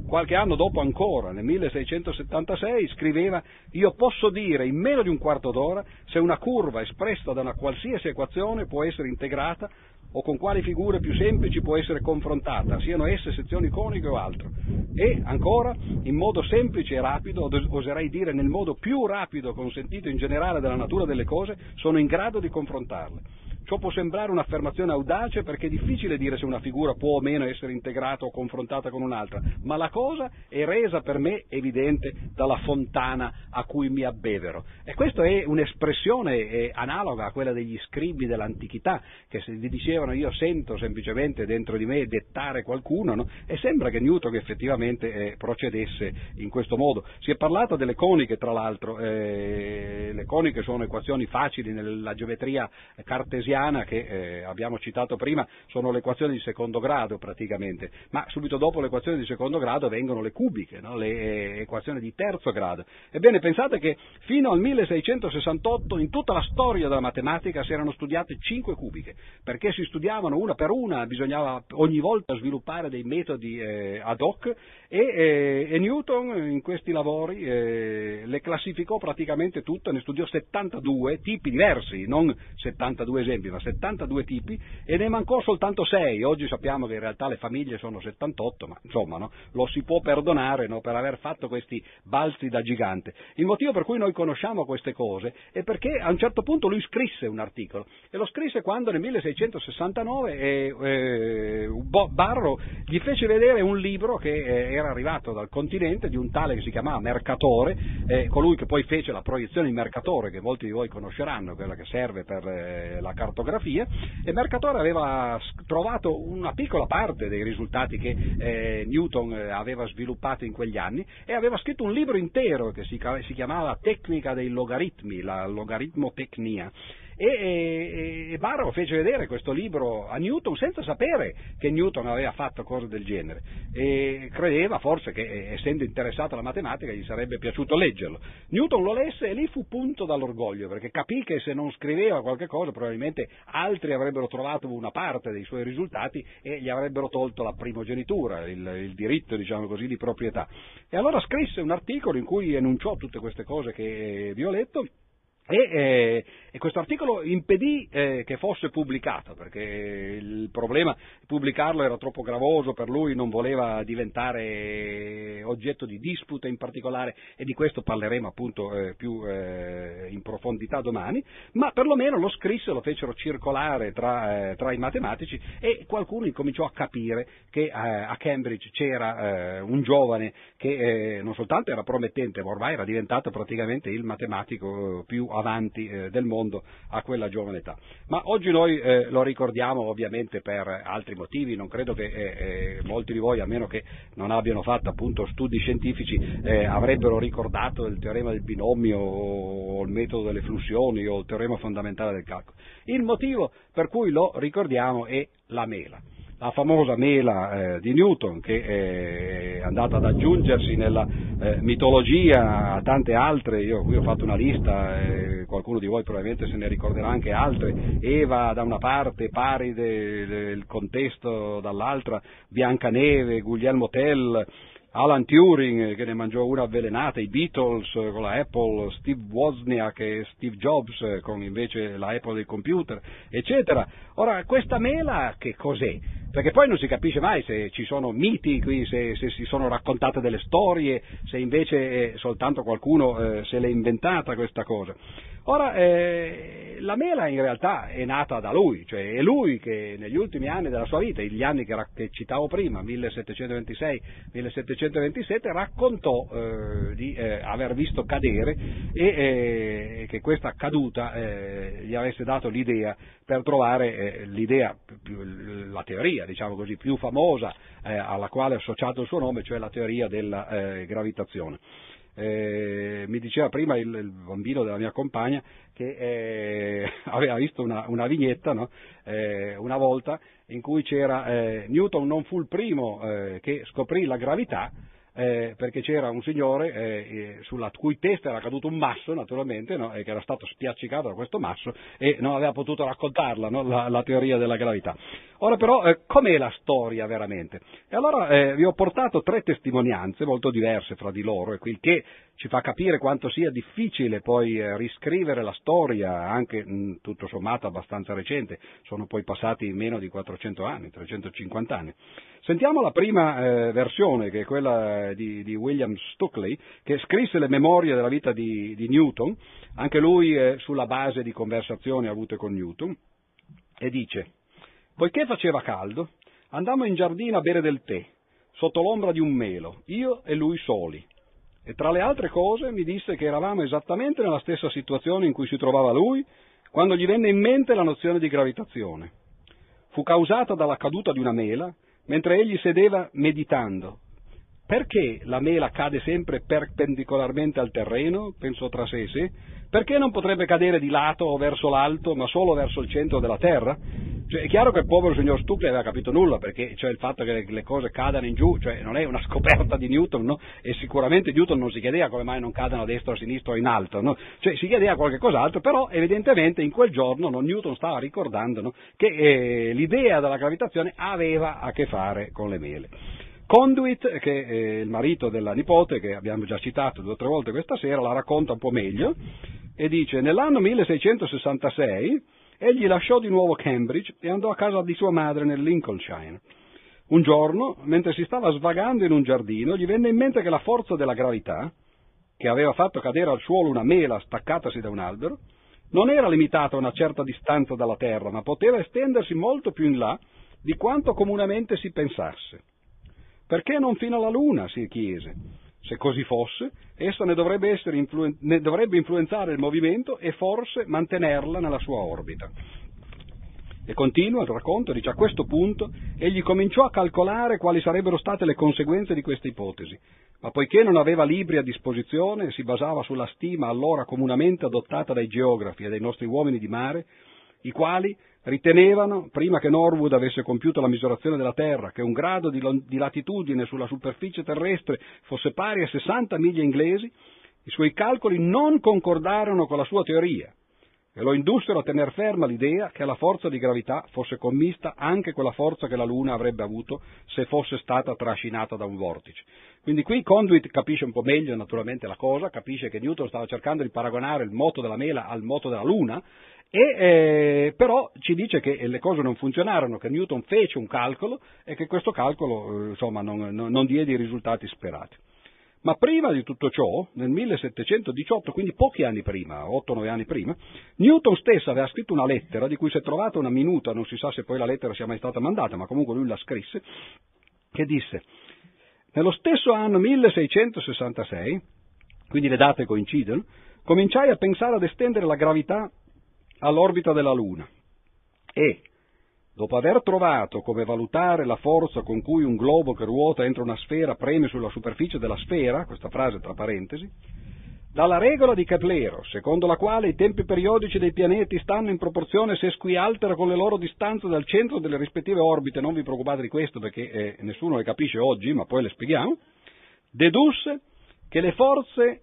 qualche anno dopo ancora, nel 1676, scriveva: io posso dire in meno di un quarto d'ora se una curva espressa da una qualsiasi equazione può essere integrata o con quali figure più semplici può essere confrontata, siano esse sezioni coniche o altro. E ancora, in modo semplice e rapido, oserei dire nel modo più rapido consentito in generale dalla natura delle cose, sono in grado di confrontarle. Ciò può sembrare un'affermazione audace perché è difficile dire se una figura può o meno essere integrata o confrontata con un'altra, ma la cosa è resa per me evidente dalla fontana a cui mi abbevero. E questa è un'espressione analoga a quella degli scribi dell'antichità, che se vi dicevano io sento semplicemente dentro di me dettare qualcuno, no? E sembra che Newton effettivamente procedesse in questo modo. Si è parlato delle coniche, tra l'altro, le coniche sono equazioni facili nella geometria cartesiana che abbiamo citato prima, sono le equazioni di secondo grado praticamente, ma subito dopo le equazioni di secondo grado vengono le cubiche, no? Le equazioni di terzo grado. Ebbene, pensate che fino al 1668 in tutta la storia della matematica si erano studiate 5 cubiche, perché si studiavano una per una, bisognava ogni volta sviluppare dei metodi ad hoc e Newton in questi lavori le classificò praticamente tutte, ne studiò 72 tipi diversi, non 72 esempi, ma 72 tipi, e ne mancò soltanto 6. Oggi sappiamo che in realtà le famiglie sono 78, ma insomma, no? Lo si può perdonare, no? Per aver fatto questi balzi da gigante. Il motivo per cui noi conosciamo queste cose è perché a un certo punto lui scrisse un articolo, e lo scrisse quando nel 1669 Barrow gli fece vedere un libro che era arrivato dal continente di un tale che si chiamava Mercatore, colui che poi fece la proiezione di Mercatore, che molti di voi conosceranno, quella che serve per la cartografia, e Mercatore aveva trovato una piccola parte dei risultati che Newton aveva sviluppato in quegli anni, e aveva scritto un libro intero che si chiamava Tecnica dei logaritmi, la logaritmotecnia. E Barrow fece vedere questo libro a Newton senza sapere che Newton aveva fatto cose del genere, e credeva forse che, essendo interessato alla matematica, gli sarebbe piaciuto leggerlo. Newton lo lesse e lì fu punto dall'orgoglio, perché capì che se non scriveva qualche cosa probabilmente altri avrebbero trovato una parte dei suoi risultati e gli avrebbero tolto la primogenitura, il diritto, diciamo così, di proprietà. E allora scrisse un articolo in cui enunciò tutte queste cose che vi ho letto, e questo articolo impedì che fosse pubblicato, perché il problema di pubblicarlo era troppo gravoso per lui, non voleva diventare oggetto di disputa in particolare, e di questo parleremo appunto più in profondità domani, ma perlomeno lo scrisse, lo fecero circolare tra i matematici, e qualcuno incominciò a capire che a Cambridge c'era un giovane che non soltanto era promettente, ma ormai era diventato praticamente il matematico più avanti del mondo a quella giovane età. Ma oggi noi lo ricordiamo ovviamente per altri motivi. Non credo che molti di voi, a meno che non abbiano fatto appunto studi scientifici, avrebbero ricordato il teorema del binomio o il metodo delle flussioni o il teorema fondamentale del calcolo. Il motivo per cui lo ricordiamo è la mela. La famosa mela di Newton, che è andata ad aggiungersi nella mitologia a tante altre. Io qui ho fatto una lista, qualcuno di voi probabilmente se ne ricorderà anche altre: Eva da una parte, Paride del contesto dall'altra, Biancaneve, Guglielmo Tell, Alan Turing che ne mangiò una avvelenata, i Beatles con la Apple, Steve Wozniak e Steve Jobs con invece la Apple del computer, eccetera. Ora, questa mela che cos'è? Perché poi non si capisce mai se ci sono miti qui, se si sono raccontate delle storie, se invece soltanto qualcuno se l'è inventata questa cosa. Ora, la mela in realtà è nata da lui, cioè è lui che negli ultimi anni della sua vita, gli anni che citavo prima, 1726-1727, raccontò di aver visto cadere e che questa caduta gli avesse dato l'idea per trovare la teoria, diciamo così, più famosa alla quale è associato il suo nome, cioè la teoria della gravitazione. Mi diceva prima il bambino della mia compagna che aveva visto una vignetta, no? Una volta, in cui c'era Newton non fu il primo che scoprì la gravità, perché c'era un signore sulla cui testa era caduto un masso, naturalmente, no? E che era stato spiaccicato da questo masso e non aveva potuto raccontarla, no? la teoria della gravità. Ora però, com'è la storia veramente? E allora vi ho portato 3 testimonianze molto diverse fra di loro, e il che ci fa capire quanto sia difficile poi riscrivere la storia, anche tutto sommato abbastanza recente, sono poi passati meno di 400 anni, 350 anni. Sentiamo la prima versione, che è quella di William Stukeley, che scrisse le memorie della vita di Newton, anche lui sulla base di conversazioni avute con Newton, e dice: poiché faceva caldo, andammo in giardino a bere del tè, sotto l'ombra di un melo, io e lui soli. E tra le altre cose mi disse che eravamo esattamente nella stessa situazione in cui si trovava lui, quando gli venne in mente la nozione di gravitazione. Fu causata dalla caduta di una mela, mentre egli sedeva meditando. Perché la mela cade sempre perpendicolarmente al terreno? Pensò tra sé e sé. Perché non potrebbe cadere di lato o verso l'alto, ma solo verso il centro della terra? Cioè, è chiaro che il povero signor Stukeley aveva capito nulla, perché cioè, il fatto che le cose cadano in giù, cioè, non è una scoperta di Newton, no? E sicuramente Newton non si chiedeva come mai non cadano a destra, a sinistra o in alto, no? Cioè, si chiedeva qualche cos'altro, però evidentemente in quel giorno Newton stava ricordando, no? Che l'idea della gravitazione aveva a che fare con le mele. Conduit, che è il marito della nipote, che abbiamo già citato 2 o 3 volte questa sera, la racconta un po' meglio e dice: nell'anno 1666 egli lasciò di nuovo Cambridge e andò a casa di sua madre nel Lincolnshire. Un giorno, mentre si stava svagando in un giardino, gli venne in mente che la forza della gravità, che aveva fatto cadere al suolo una mela staccatasi da un albero, non era limitata a una certa distanza dalla terra, ma poteva estendersi molto più in là di quanto comunemente si pensasse. Perché non fino alla Luna, si chiese. Se così fosse, essa ne dovrebbe influenzare il movimento e forse mantenerla nella sua orbita. E continua il racconto, dice: a questo punto egli cominciò a calcolare quali sarebbero state le conseguenze di questa ipotesi, ma poiché non aveva libri a disposizione e si basava sulla stima allora comunemente adottata dai geografi e dai nostri uomini di mare, i quali ritenevano, prima che Norwood avesse compiuto la misurazione della Terra, che un grado di latitudine sulla superficie terrestre fosse pari a 60 miglia inglesi, i suoi calcoli non concordarono con la sua teoria e lo indussero a tener ferma l'idea che alla forza di gravità fosse commista anche quella forza che la Luna avrebbe avuto se fosse stata trascinata da un vortice. Quindi qui Conduit capisce un po' meglio naturalmente la cosa, capisce che Newton stava cercando di paragonare il moto della mela al moto della Luna, e però ci dice che le cose non funzionarono, che Newton fece un calcolo e che questo calcolo insomma non diede i risultati sperati. Ma prima di tutto ciò, nel 1718, quindi pochi anni prima, 8-9 anni prima, Newton stesso aveva scritto una lettera, di cui si è trovata una minuta, non si sa se poi la lettera sia mai stata mandata, ma comunque lui la scrisse, che disse: nello stesso anno 1666, quindi le date coincidono, cominciai a pensare ad estendere la gravità all'orbita della Luna e, dopo aver trovato come valutare la forza con cui un globo che ruota entro una sfera preme sulla superficie della sfera, questa frase tra parentesi, dalla regola di Keplero, secondo la quale i tempi periodici dei pianeti stanno in proporzione sesquialtera con le loro distanze dal centro delle rispettive orbite, non vi preoccupate di questo perché nessuno le capisce oggi, ma poi le spieghiamo, dedussi che le forze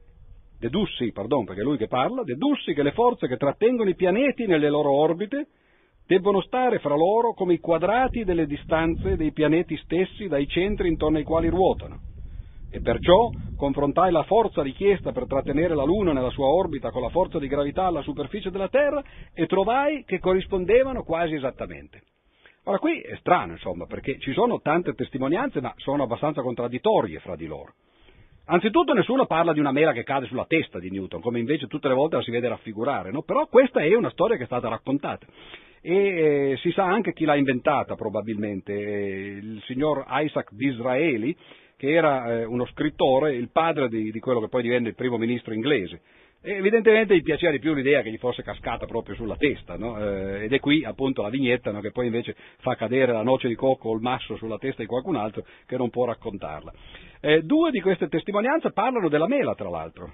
che trattengono i pianeti nelle loro orbite debbono stare fra loro come i quadrati delle distanze dei pianeti stessi dai centri intorno ai quali ruotano. E perciò confrontai la forza richiesta per trattenere la Luna nella sua orbita con la forza di gravità alla superficie della Terra e trovai che corrispondevano quasi esattamente. Ora qui è strano, insomma, perché ci sono tante testimonianze, ma sono abbastanza contraddittorie fra di loro. Anzitutto nessuno parla di una mela che cade sulla testa di Newton, come invece tutte le volte la si vede raffigurare, no? Però questa è una storia che è stata raccontata e si sa anche chi l'ha inventata probabilmente, il signor Isaac Disraeli, che era uno scrittore, il padre di quello che poi divenne il primo ministro inglese. E evidentemente gli piaceva di più l'idea che gli fosse cascata proprio sulla testa, no? Ed è qui appunto la vignetta, no? Che poi invece fa cadere la noce di cocco o il masso sulla testa di qualcun altro che non può raccontarla. 2 di queste testimonianze parlano della mela, tra l'altro.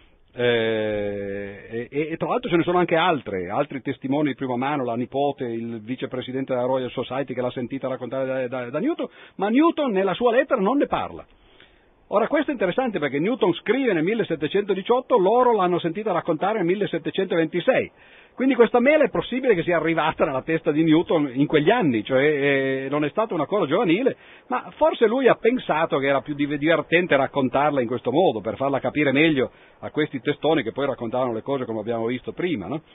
E tra l'altro ce ne sono anche altri testimoni di prima mano, la nipote, il vicepresidente della Royal Society che l'ha sentita raccontare da Newton, ma Newton nella sua lettera non ne parla. Ora questo è interessante perché Newton scrive nel 1718, loro l'hanno sentita raccontare nel 1726, Quindi questa mela è possibile che sia arrivata nella testa di Newton in quegli anni, cioè non è stata una cosa giovanile, ma forse lui ha pensato che era più divertente raccontarla in questo modo, per farla capire meglio a questi testoni che poi raccontavano le cose come abbiamo visto prima, no?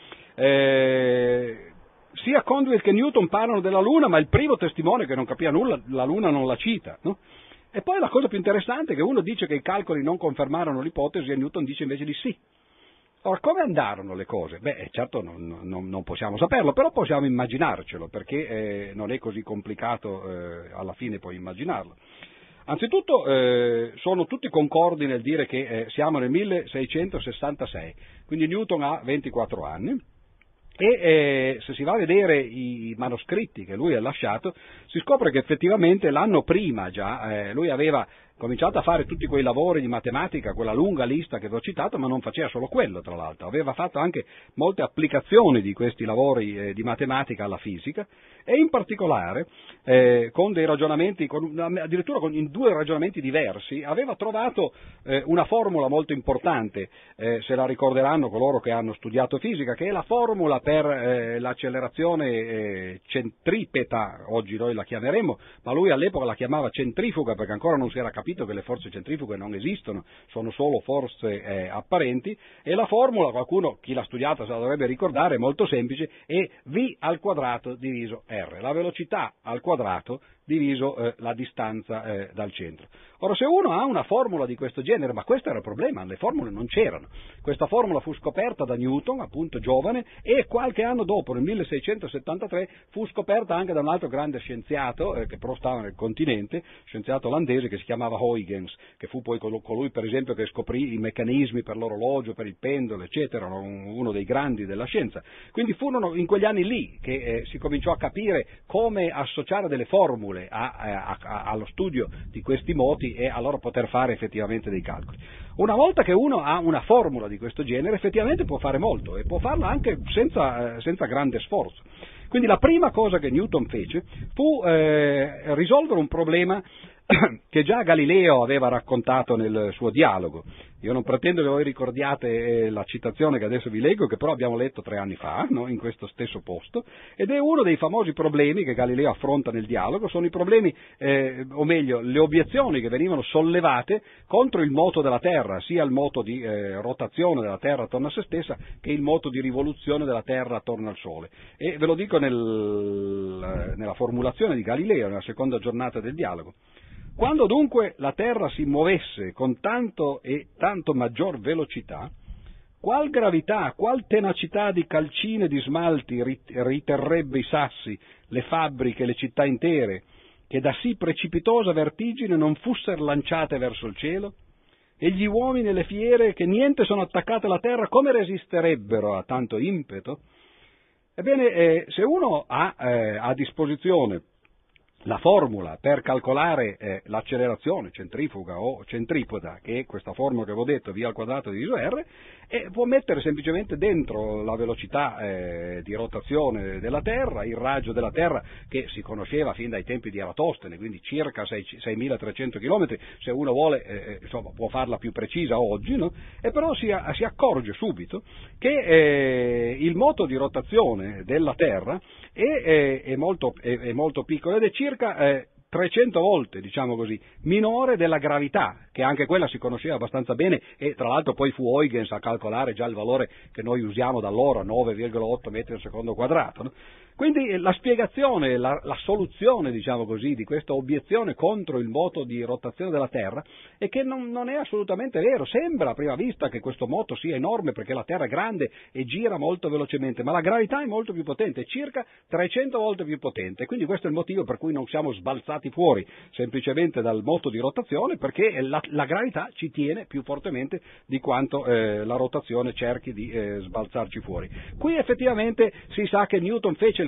Sia Conduit che Newton parlano della Luna, ma il primo testimone che non capiva nulla, la Luna non la cita, no? E poi la cosa più interessante è che uno dice che i calcoli non confermarono l'ipotesi e Newton dice invece di sì. Ora, come andarono le cose? Beh, certo non possiamo saperlo, però possiamo immaginarcelo, perché non è così complicato alla fine poi immaginarlo. Anzitutto sono tutti concordi nel dire che siamo nel 1666, quindi Newton ha 24 anni, e se si va a vedere i manoscritti che lui ha lasciato, si scopre che effettivamente l'anno prima già lui aveva cominciato a fare tutti quei lavori di matematica, quella lunga lista che vi ho citato, ma non faceva solo quello, tra l'altro, aveva fatto anche molte applicazioni di questi lavori di matematica alla fisica, e in particolare con dei ragionamenti, addirittura in due ragionamenti diversi, aveva trovato una formula molto importante, se la ricorderanno coloro che hanno studiato fisica, che è la formula per l'accelerazione centripeta, oggi noi la chiameremo, ma lui all'epoca la chiamava centrifuga perché ancora non si era capito che le forze centrifughe non esistono, sono solo forze apparenti, e la formula, chi l'ha studiata se la dovrebbe ricordare, è molto semplice, è V al quadrato diviso R, la velocità al quadrato diviso la distanza dal centro. Ora, se uno ha una formula di questo genere, ma questo era il problema, le formule non c'erano, questa formula fu scoperta da Newton, appunto giovane, e qualche anno dopo, nel 1673, fu scoperta anche da un altro grande scienziato, che però stava nel continente, scienziato olandese, che si chiamava Huygens, che fu poi colui per esempio che scoprì i meccanismi per l'orologio, per il pendolo, eccetera, uno dei grandi della scienza. Quindi furono in quegli anni lì che si cominciò a capire come associare delle formule allo studio di questi moti e allora poter fare effettivamente dei calcoli. Una volta che uno ha una formula di questo genere, effettivamente può fare molto, e può farla anche senza grande sforzo. Quindi la prima cosa che Newton fece fu risolvere un problema che già Galileo aveva raccontato nel suo dialogo. Io non pretendo che voi ricordiate la citazione che adesso vi leggo, che però abbiamo letto 3 anni fa, no? In questo stesso posto, ed è uno dei famosi problemi che Galileo affronta nel dialogo, sono i problemi, o meglio, le obiezioni che venivano sollevate contro il moto della Terra, sia il moto di rotazione della Terra attorno a se stessa, che il moto di rivoluzione della Terra attorno al Sole. E ve lo dico nella formulazione di Galileo, nella seconda giornata del dialogo. Quando dunque la Terra si muovesse con tanto e tanto maggior velocità, qual gravità, qual tenacità di calcine e di smalti riterrebbe i sassi, le fabbriche, le città intere, che da sì precipitosa vertigine non fussero lanciate verso il cielo? E gli uomini e le fiere che niente sono attaccate alla terra, come resisterebbero a tanto impeto? Ebbene, se uno ha a disposizione la formula per calcolare l'accelerazione centrifuga o centripoda, che è questa formula che avevo detto, V al quadrato diviso R, e può mettere semplicemente dentro la velocità di rotazione della Terra, il raggio della Terra che si conosceva fin dai tempi di Eratostene, quindi circa 6.300 km, se uno vuole insomma, può farla più precisa oggi, no? E però si accorge subito che il moto di rotazione della Terra è molto piccolo ed è circa 300 volte, diciamo così, minore della gravità, che anche quella si conosceva abbastanza bene, e tra l'altro poi fu Huygens a calcolare già il valore che noi usiamo da allora, 9,8 metri al secondo quadrato, no? Quindi la spiegazione, la soluzione, diciamo così, di questa obiezione contro il moto di rotazione della Terra è che non è assolutamente vero. Sembra a prima vista che questo moto sia enorme perché la Terra è grande e gira molto velocemente, ma la gravità è molto più potente, circa 300 volte più potente. Quindi questo è il motivo per cui non siamo sbalzati fuori semplicemente dal moto di rotazione, perché la gravità ci tiene più fortemente di quanto la rotazione cerchi di sbalzarci fuori. Qui effettivamente si sa che Newton fece il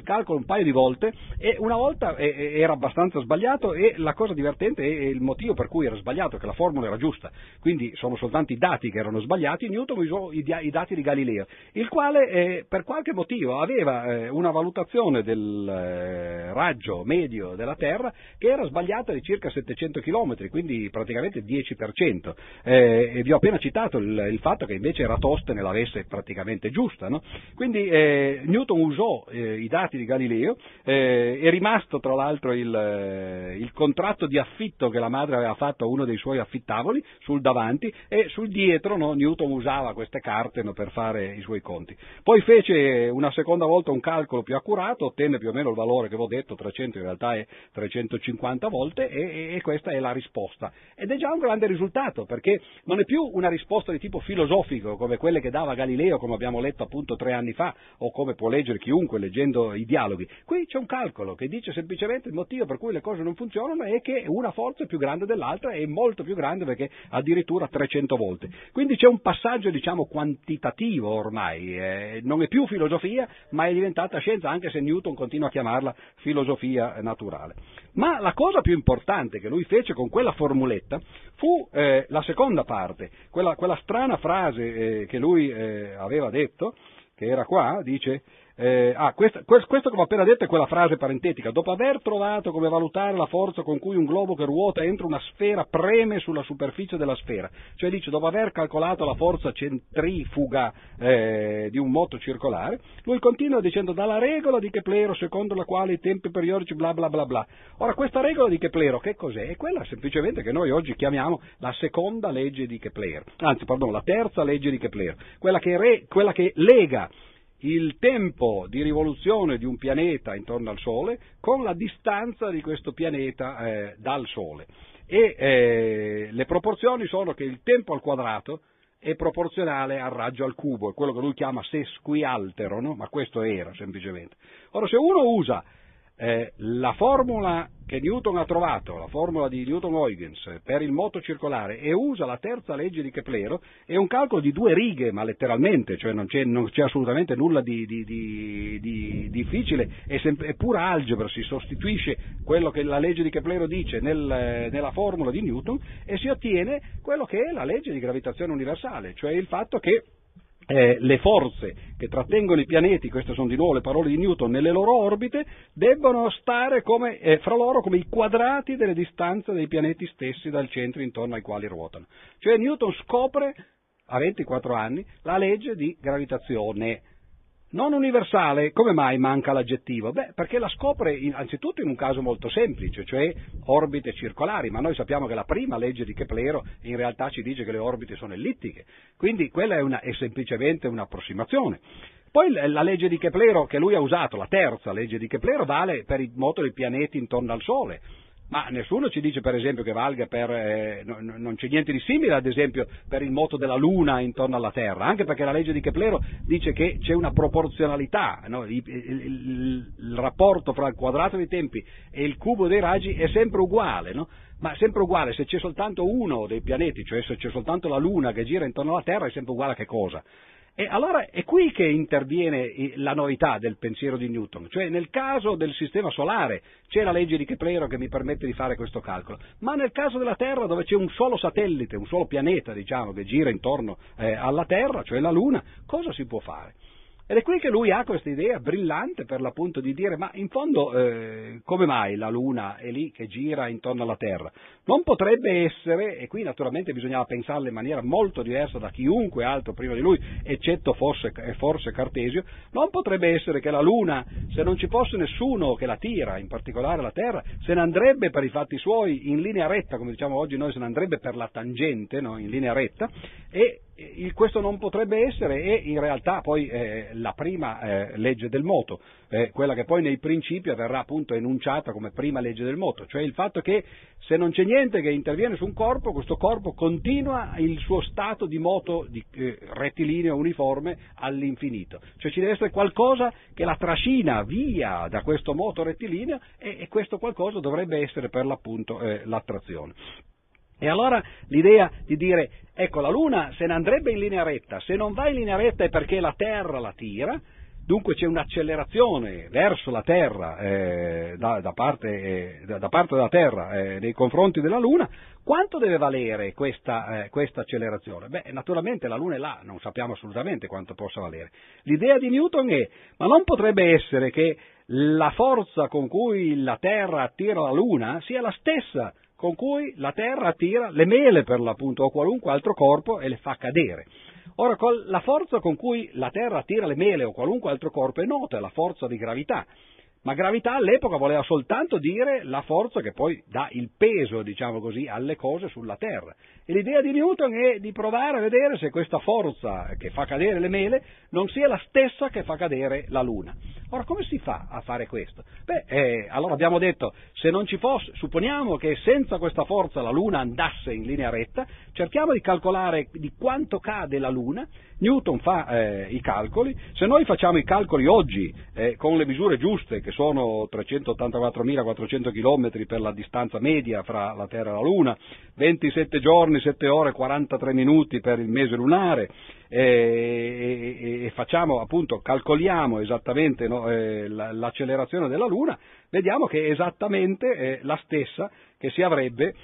il calcolo un paio di volte e una volta era abbastanza sbagliato, e la cosa divertente è il motivo per cui era sbagliato, che la formula era giusta, quindi sono soltanto i dati che erano sbagliati. Newton usò i dati di Galileo, il quale per qualche motivo aveva una valutazione del raggio medio della Terra che era sbagliata di circa 700 km, quindi praticamente il 10%, e vi ho appena citato il fatto che invece Eratostene l'avesse praticamente giusta, no? Quindi Newton usò i dati di Galileo, è rimasto tra l'altro il contratto di affitto che la madre aveva fatto a uno dei suoi affittavoli sul davanti, e sul dietro, no, Newton usava queste carte, no, per fare i suoi conti. Poi fece una seconda volta un calcolo più accurato, ottenne più o meno il valore che avevo detto, 300, in realtà è 350 volte, e questa è la risposta. Ed è già un grande risultato, perché non è più una risposta di tipo filosofico come quelle che dava Galileo, come abbiamo letto appunto 3 anni fa, o come può leggere chiunque leggendo i dialoghi. Qui c'è un calcolo che dice semplicemente il motivo per cui le cose non funzionano è che una forza è più grande dell'altra, e molto più grande, perché addirittura 300 volte. Quindi c'è un passaggio, diciamo, quantitativo ormai, non è più filosofia, ma è diventata scienza, anche se Newton continua a chiamarla filosofia naturale. Ma la cosa più importante che lui fece con quella formuletta fu la seconda parte, quella strana frase che lui aveva detto, che era qua, dice... questo che ho appena detto è quella frase parentetica: dopo aver trovato come valutare la forza con cui un globo che ruota entro una sfera preme sulla superficie della sfera, cioè dice, dopo aver calcolato la forza centrifuga di un moto circolare, lui continua dicendo dalla regola di Keplero secondo la quale i tempi periodici bla bla bla bla. Ora, questa regola di Keplero che cos'è? È quella semplicemente che noi oggi chiamiamo la seconda legge di Keplero, la terza legge di Keplero, quella che lega il tempo di rivoluzione di un pianeta intorno al Sole con la distanza di questo pianeta dal Sole, e le proporzioni sono che il tempo al quadrato è proporzionale al raggio al cubo, è quello che lui chiama sesquialtero, no? Ma questo era semplicemente. Ora, se uno usa la formula che Newton ha trovato, la formula di Newton-Huygens per il moto circolare, e usa la terza legge di Keplero, è un calcolo di 2 righe, ma letteralmente, cioè non c'è assolutamente nulla di difficile, è pura algebra, si sostituisce quello che la legge di Keplero dice nella formula di Newton, e si ottiene quello che è la legge di gravitazione universale, cioè il fatto che le forze che trattengono i pianeti, queste sono di nuovo le parole di Newton, nelle loro orbite, debbono stare fra loro come i quadrati delle distanze dei pianeti stessi dal centro intorno ai quali ruotano. Cioè Newton scopre, a 24 anni, la legge di gravitazione non universale. Come mai manca l'aggettivo? Perché la scopre anzitutto in un caso molto semplice, cioè orbite circolari, ma noi sappiamo che la prima legge di Keplero in realtà ci dice che le orbite sono ellittiche, quindi quella è semplicemente un'approssimazione. Poi la legge di Keplero che lui ha usato, la terza legge di Keplero, vale per il moto dei pianeti intorno al Sole. Ma nessuno ci dice, per esempio, che valga non c'è niente di simile, ad esempio, per il moto della Luna intorno alla Terra, anche perché la legge di Keplero dice che c'è una proporzionalità, no? Il rapporto fra il quadrato dei tempi e il cubo dei raggi è sempre uguale, no? Ma sempre uguale se c'è soltanto uno dei pianeti, cioè se c'è soltanto la Luna che gira intorno alla Terra, è sempre uguale a che cosa? E allora è qui che interviene la novità del pensiero di Newton, cioè nel caso del sistema solare c'è la legge di Keplero che mi permette di fare questo calcolo, ma nel caso della Terra, dove c'è un solo satellite, un solo pianeta, diciamo, che gira intorno alla Terra, cioè la Luna, cosa si può fare? Ed è qui che lui ha questa idea brillante, per l'appunto, di dire, ma in fondo come mai la Luna è lì che gira intorno alla Terra? Non potrebbe essere, e qui naturalmente bisognava pensarla in maniera molto diversa da chiunque altro prima di lui, eccetto forse Cartesio, non potrebbe essere che la Luna, se non ci fosse nessuno che la tira, in particolare la Terra, se ne andrebbe per i fatti suoi in linea retta, come diciamo oggi noi, se ne andrebbe per la tangente, no? In linea retta, e questo non potrebbe essere, e in realtà poi la prima legge del moto, quella che poi nei principi verrà appunto enunciata come prima legge del moto, cioè il fatto che se non c'è niente che interviene su un corpo, questo corpo continua il suo stato di moto rettilineo uniforme all'infinito, cioè ci deve essere qualcosa che la trascina via da questo moto rettilineo, e questo qualcosa dovrebbe essere per l'appunto l'attrazione. E allora l'idea di dire, ecco, la Luna se ne andrebbe in linea retta, se non va in linea retta è perché la Terra la tira, Dunque c'è un'accelerazione verso la Terra da parte della Terra nei confronti della Luna. Quanto deve valere questa accelerazione? Beh, naturalmente la Luna è là, non sappiamo assolutamente quanto possa valere. L'idea di Newton è, ma non potrebbe essere che la forza con cui la Terra attira la Luna sia la stessa con cui la Terra attira le mele, per l'appunto, o qualunque altro corpo e le fa cadere. Ora, la forza con cui la Terra attira le mele o qualunque altro corpo è nota, è la forza di gravità. Ma gravità all'epoca voleva soltanto dire la forza che poi dà il peso, diciamo così, alle cose sulla Terra. E l'idea di Newton è di provare a vedere se questa forza che fa cadere le mele non sia la stessa che fa cadere la Luna. Ora, come si fa a fare questo? Beh, allora abbiamo detto, se non ci fosse, supponiamo che senza questa forza la Luna andasse in linea retta, cerchiamo di calcolare di quanto cade la Luna. Newton fa i calcoli. Se noi facciamo i calcoli oggi con le misure giuste, che sono 384.400 km per la distanza media fra la Terra e la Luna, 27 giorni, 7 ore e 43 minuti per il mese lunare, e facciamo, appunto, calcoliamo esattamente, no, l'accelerazione della Luna, vediamo che è esattamente la stessa che si avrebbe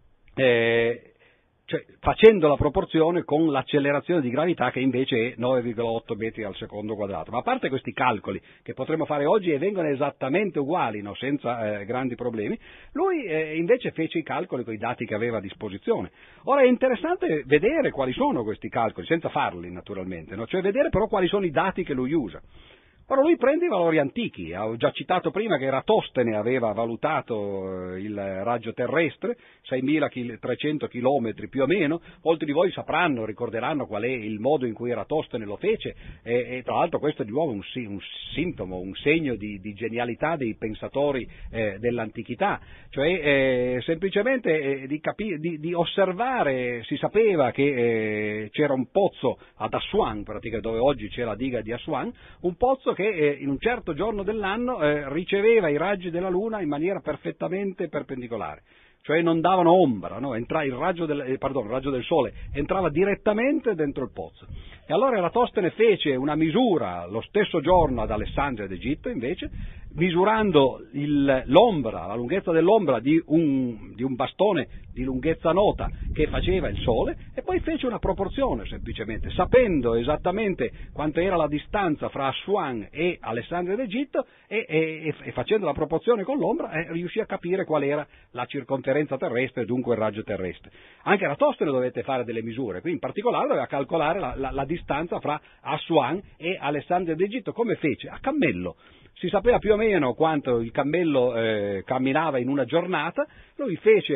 cioè, facendo la proporzione con l'accelerazione di gravità, che invece è 9,8 metri al secondo quadrato. Ma a parte questi calcoli che potremmo fare oggi e vengono esattamente uguali, no, senza grandi problemi, lui invece fece i calcoli con i dati che aveva a disposizione. Ora è interessante vedere quali sono questi calcoli, senza farli naturalmente, no? Cioè vedere però quali sono i dati che lui usa. Ora lui prende i valori antichi, ho già citato prima che Eratostene aveva valutato il raggio terrestre, 6.300 km più o meno, molti di voi sapranno, ricorderanno qual è il modo in cui Eratostene lo fece, e tra l'altro questo è di nuovo un sintomo, un segno di genialità dei pensatori dell'antichità, cioè semplicemente di osservare. Si sapeva che c'era un pozzo ad Assuan, praticamente dove oggi c'è la diga di Assuan, un pozzo che in un certo giorno dell'anno riceveva i raggi della Luna in maniera perfettamente perpendicolare, cioè non davano ombra, no? Il raggio del Sole entrava direttamente dentro il pozzo. E allora Eratostene fece una misura lo stesso giorno ad Alessandria d'Egitto, invece, misurando l'ombra, la lunghezza dell'ombra di un bastone di lunghezza nota che faceva il Sole, e poi fece una proporzione semplicemente, sapendo esattamente quanto era la distanza fra Assuan e Alessandria d'Egitto, e facendo la proporzione con l'ombra riuscì a capire qual era la circonferenza terrestre, dunque il raggio terrestre. Anche Eratostene dovette fare delle misure, qui in particolare doveva calcolare la distanza fra Assuan e Alessandria d'Egitto. Come fece? A cammello. Si sapeva più o meno quanto il cammello camminava in una giornata, lui fece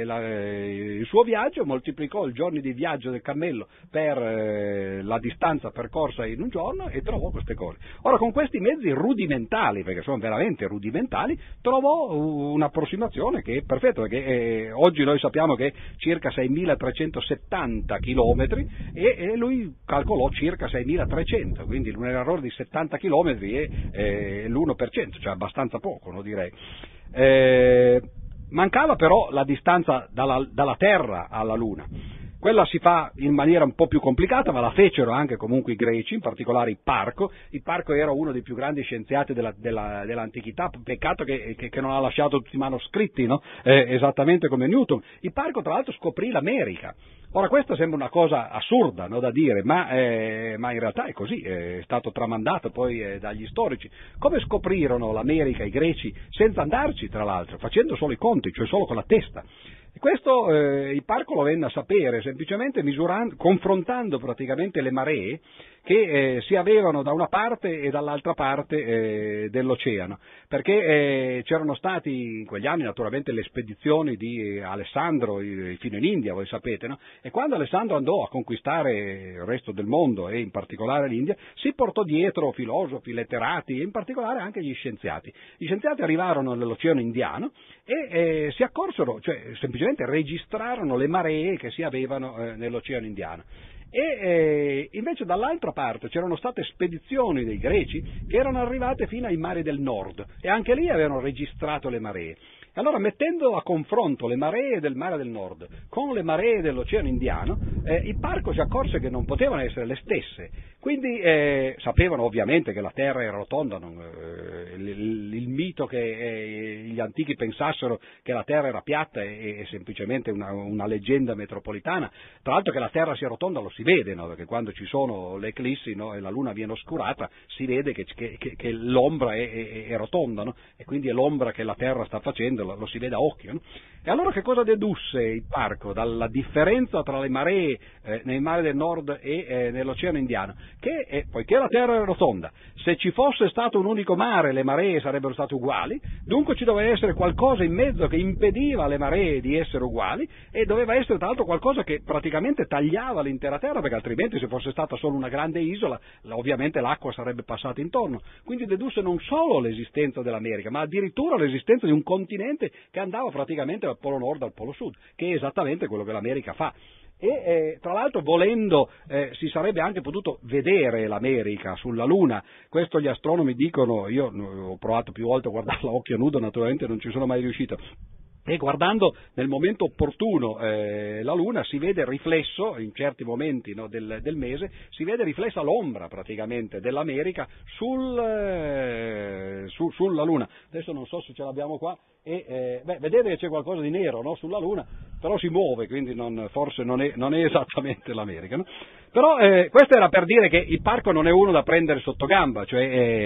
il suo viaggio, moltiplicò i giorni di viaggio del cammello per la distanza percorsa in un giorno e trovò queste cose. Ora, con questi mezzi rudimentali, perché sono veramente rudimentali, trovò un'approssimazione che è perfetta, perché oggi noi sappiamo che è circa 6.370 km e lui calcolò circa 6.300, quindi un errore di 70 km è l'1%, cioè abbastanza poco, no, direi. Mancava però la distanza dalla Terra alla Luna. Quella si fa in maniera un po' più complicata, ma la fecero anche comunque i greci, in particolare Ipparco. Ipparco era uno dei più grandi scienziati dell'antichità, peccato che non ha lasciato tutti i manoscritti, no? Esattamente come Newton. Ipparco tra l'altro scoprì l'America. Ora, questa sembra una cosa assurda, no, da dire, ma in realtà è così, è stato tramandato poi dagli storici. Come scoprirono l'America i greci senza andarci, tra l'altro, facendo solo i conti, cioè solo con la testa? E questo Ipparco lo venne a sapere semplicemente confrontando praticamente le maree che si avevano da una parte e dall'altra parte dell'oceano, perché c'erano stati in quegli anni naturalmente le spedizioni di Alessandro fino in India, voi sapete, no? E quando Alessandro andò a conquistare il resto del mondo e in particolare l'India, si portò dietro filosofi, letterati e in particolare anche gli scienziati. Gli scienziati arrivarono nell'Oceano Indiano e si accorsero, cioè semplicemente registrarono le maree che si avevano nell'Oceano Indiano. E invece dall'altra parte c'erano state spedizioni dei greci che erano arrivate fino ai mari del nord e anche lì avevano registrato le maree. Allora, mettendo a confronto le maree del mare del nord con le maree dell'Oceano Indiano, Hipparco si accorse che non potevano essere le stesse. Quindi sapevano ovviamente che la Terra era rotonda, il mito che gli antichi pensassero che la Terra era piatta è semplicemente una leggenda metropolitana. Tra l'altro che la Terra sia rotonda lo si vede, no? Perché quando ci sono le eclissi, no? E la Luna viene oscurata, si vede che l'ombra è rotonda, no? E quindi è l'ombra che la Terra sta facendo, lo si vede a occhio, no? E allora che cosa dedusse Hipparco dalla differenza tra le maree nel mare del nord e nell'Oceano Indiano? Che poiché la Terra era rotonda, se ci fosse stato un unico mare le maree sarebbero state uguali, dunque ci doveva essere qualcosa in mezzo che impediva alle maree di essere uguali e doveva essere tra l'altro qualcosa che praticamente tagliava l'intera Terra, perché altrimenti se fosse stata solo una grande isola ovviamente l'acqua sarebbe passata intorno. Quindi dedusse non solo l'esistenza dell'America, ma addirittura l'esistenza di un continente che andava praticamente dal polo nord al polo sud, che è esattamente quello che l'America fa. E tra l'altro volendo si sarebbe anche potuto vedere l'America sulla Luna. Questo gli astronomi dicono, io ho provato più volte a guardarla a occhio nudo, naturalmente non ci sono mai riuscito, e guardando nel momento opportuno la Luna si vede riflesso, in certi momenti, no, del mese, si vede riflessa l'ombra praticamente dell'America sulla Luna. Adesso non so se ce l'abbiamo qua, vedete che c'è qualcosa di nero, no, sulla Luna, però si muove, quindi forse non è esattamente l'America, no? Però questo era per dire che Hipparco non è uno da prendere sotto gamba, cioè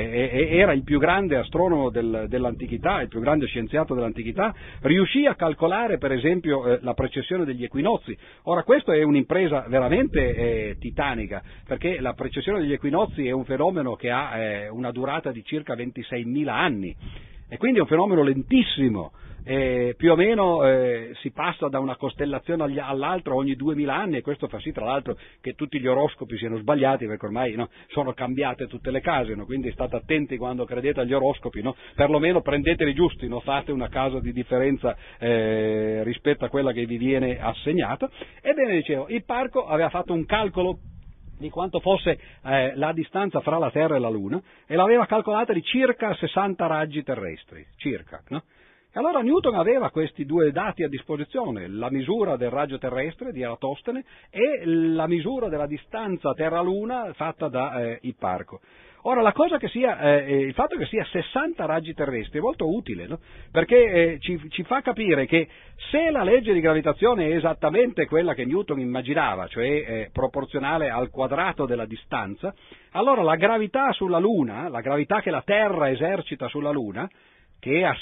era il più grande astronomo dell'antichità, il più grande scienziato dell'antichità, riuscì a calcolare per esempio la precessione degli equinozi. Ora questa è un'impresa veramente titanica, perché la precessione degli equinozi è un fenomeno che ha una durata di circa 26.000 anni e quindi è un fenomeno lentissimo. Più o meno si passa da una costellazione all'altra ogni 2000 anni e questo fa sì tra l'altro che tutti gli oroscopi siano sbagliati, perché ormai, no, sono cambiate tutte le case, no? Quindi state attenti quando credete agli oroscopi, no? Perlomeno prendeteli giusti, no? Fate una casa di differenza rispetto a quella che vi viene assegnata. Ebbene, dicevo, Hipparco aveva fatto un calcolo di quanto fosse la distanza fra la Terra e la Luna e l'aveva calcolata di circa 60 raggi terrestri, circa, no? Allora Newton aveva questi due dati a disposizione, la misura del raggio terrestre di Eratostene e la misura della distanza Terra-Luna fatta da Hipparco. Ora, la cosa che sia, il fatto che sia 60 raggi terrestri è molto utile, no? Perché ci fa capire che se la legge di gravitazione è esattamente quella che Newton immaginava, cioè proporzionale al quadrato della distanza, allora la gravità sulla Luna, la gravità che la Terra esercita sulla Luna, che è a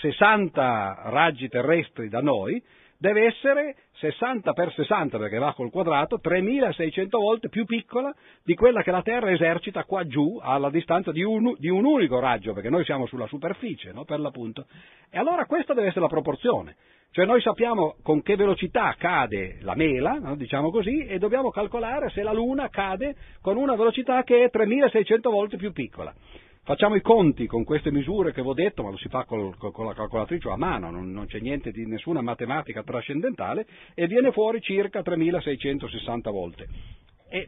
60 raggi terrestri da noi, deve essere 60 per 60, perché va col quadrato, 3600 volte più piccola di quella che la Terra esercita qua giù alla distanza di un unico raggio, perché noi siamo sulla superficie, no, per l'appunto. E allora questa deve essere la proporzione. Cioè noi sappiamo con che velocità cade la mela, no, diciamo così, e dobbiamo calcolare se la Luna cade con una velocità che è 3600 volte più piccola. Facciamo i conti con queste misure che vi ho detto, ma lo si fa con la calcolatrice a mano, non c'è niente di nessuna matematica trascendentale, e viene fuori circa 3660 volte. E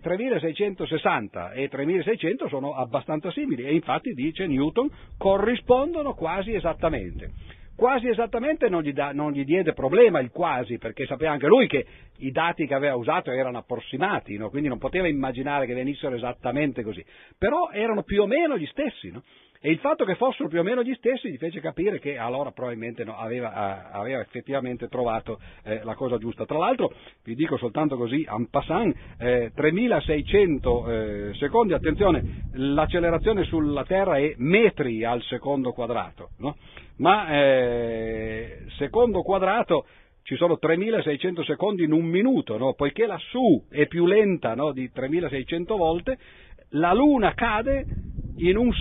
3660 e 3600 sono abbastanza simili, e infatti, dice Newton, corrispondono quasi esattamente. Quasi esattamente non gli diede problema il quasi, perché sapeva anche lui che i dati che aveva usato erano approssimati, no? Quindi non poteva immaginare che venissero esattamente così, però erano più o meno gli stessi, no? E il fatto che fossero più o meno gli stessi gli fece capire che allora probabilmente no, aveva effettivamente trovato la cosa giusta. Tra l'altro, vi dico soltanto così en passant, 3600 secondi, attenzione, l'accelerazione sulla Terra è metri al secondo quadrato, no? Ma secondo quadrato ci sono 3600 secondi in un minuto, no? Poiché lassù è più lenta, no, di 3600 volte, la Luna cade in un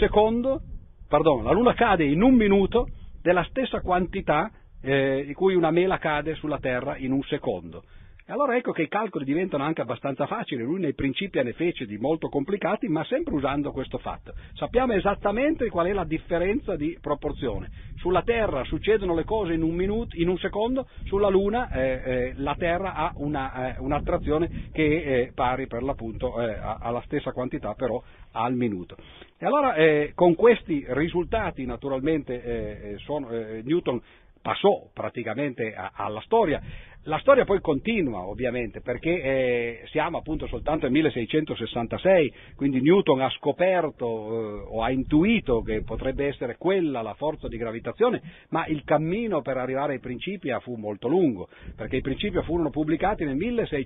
minuto della stessa quantità di cui una mela cade sulla Terra in un secondo. E allora ecco che i calcoli diventano anche abbastanza facili, lui nei principi ne fece di molto complicati, ma sempre usando questo fatto. Sappiamo esattamente qual è la differenza di proporzione. Sulla Terra succedono le cose in un secondo, sulla Luna la Terra ha un'attrazione che è pari per l'appunto alla stessa quantità però al minuto. E allora con questi risultati naturalmente Newton passò praticamente alla storia. La storia poi continua ovviamente perché siamo appunto soltanto nel 1666, quindi Newton ha scoperto o ha intuito che potrebbe essere quella la forza di gravitazione, ma il cammino per arrivare ai Principia fu molto lungo, perché i Principia furono pubblicati nel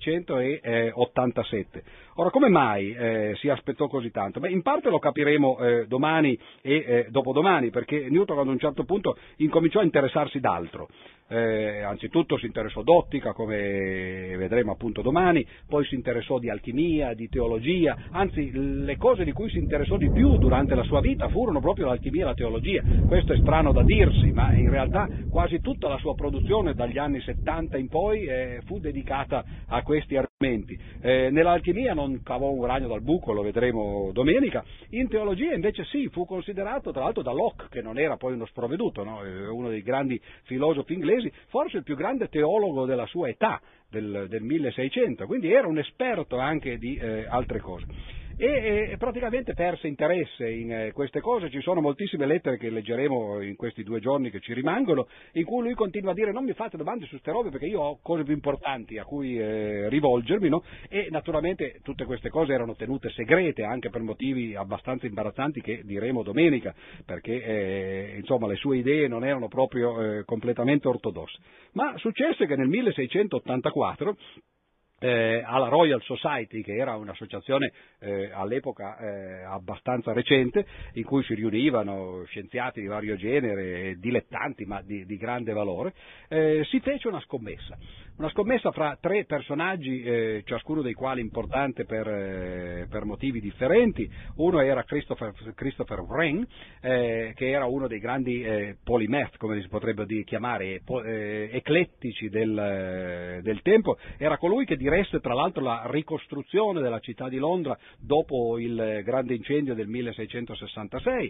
1687. Ora come mai si aspettò così tanto? Beh, in parte lo capiremo domani e dopodomani, perché Newton ad un certo punto incominciò a interessarsi d'altro. Anzitutto si interessò d'ottica, come vedremo appunto domani, poi si interessò di alchimia, di teologia, anzi le cose di cui si interessò di più durante la sua vita furono proprio l'alchimia e la teologia. Questo è strano da dirsi, ma in realtà quasi tutta la sua produzione dagli anni 70 in poi fu dedicata a questi argomenti. Nell'alchimia non cavò un ragno dal buco, lo vedremo domenica. In teologia invece sì, fu considerato tra l'altro da Locke, che non era poi uno sprovveduto, no? Uno dei grandi filosofi inglesi, forse il più grande teologo della sua età, del 1600, quindi era un esperto anche di altre cose. E praticamente perse interesse in queste cose. Ci sono moltissime lettere che leggeremo in questi 2 giorni che ci rimangono, in cui lui continua a dire non mi fate domande su ste robe perché io ho cose più importanti a cui rivolgermi, no? E naturalmente tutte queste cose erano tenute segrete anche per motivi abbastanza imbarazzanti che diremo domenica, perché insomma le sue idee non erano proprio completamente ortodosse. Ma successe che nel 1684 alla Royal Society, che era un'associazione all'epoca abbastanza recente, in cui si riunivano scienziati di vario genere, dilettanti ma di grande valore, si fece una scommessa fra 3 personaggi, ciascuno dei quali importante per motivi differenti. Uno era Christopher Wren, che era uno dei grandi polymath, come si potrebbe chiamare, eclettici del tempo. Era colui che diresse tra l'altro la ricostruzione della città di Londra dopo il grande incendio del 1666.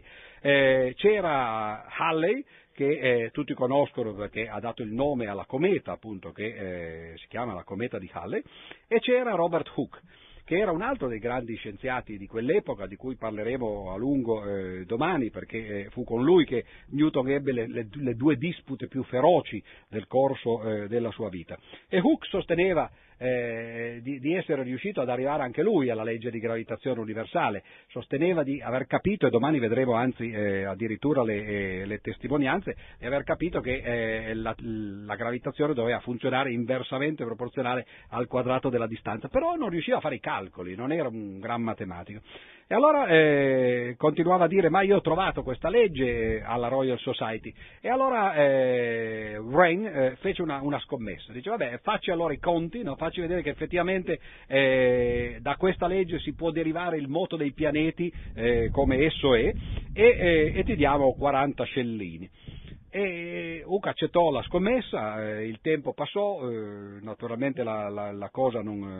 C'era Halley, che tutti conoscono perché ha dato il nome alla cometa, appunto, che si chiama la cometa di Halley, e c'era Robert Hooke, che era un altro dei grandi scienziati di quell'epoca, di cui parleremo a lungo domani, perché fu con lui che Newton ebbe le 2 dispute più feroci del corso della sua vita. E Hooke sosteneva di essere riuscito ad arrivare anche lui alla legge di gravitazione universale, sosteneva di aver capito, e domani vedremo anzi addirittura le testimonianze, di aver capito che la gravitazione doveva funzionare inversamente proporzionale al quadrato della distanza, però non riusciva a fare i calcoli, non era un gran matematico. E allora continuava a dire: ma io ho trovato questa legge alla Royal Society. E allora Wren fece una scommessa, dice: vabbè, facci allora i conti, no? Facci vedere che effettivamente da questa legge si può derivare il moto dei pianeti come esso è, e ti diamo 40 scellini. E Hooke accettò la scommessa, il tempo passò, naturalmente la cosa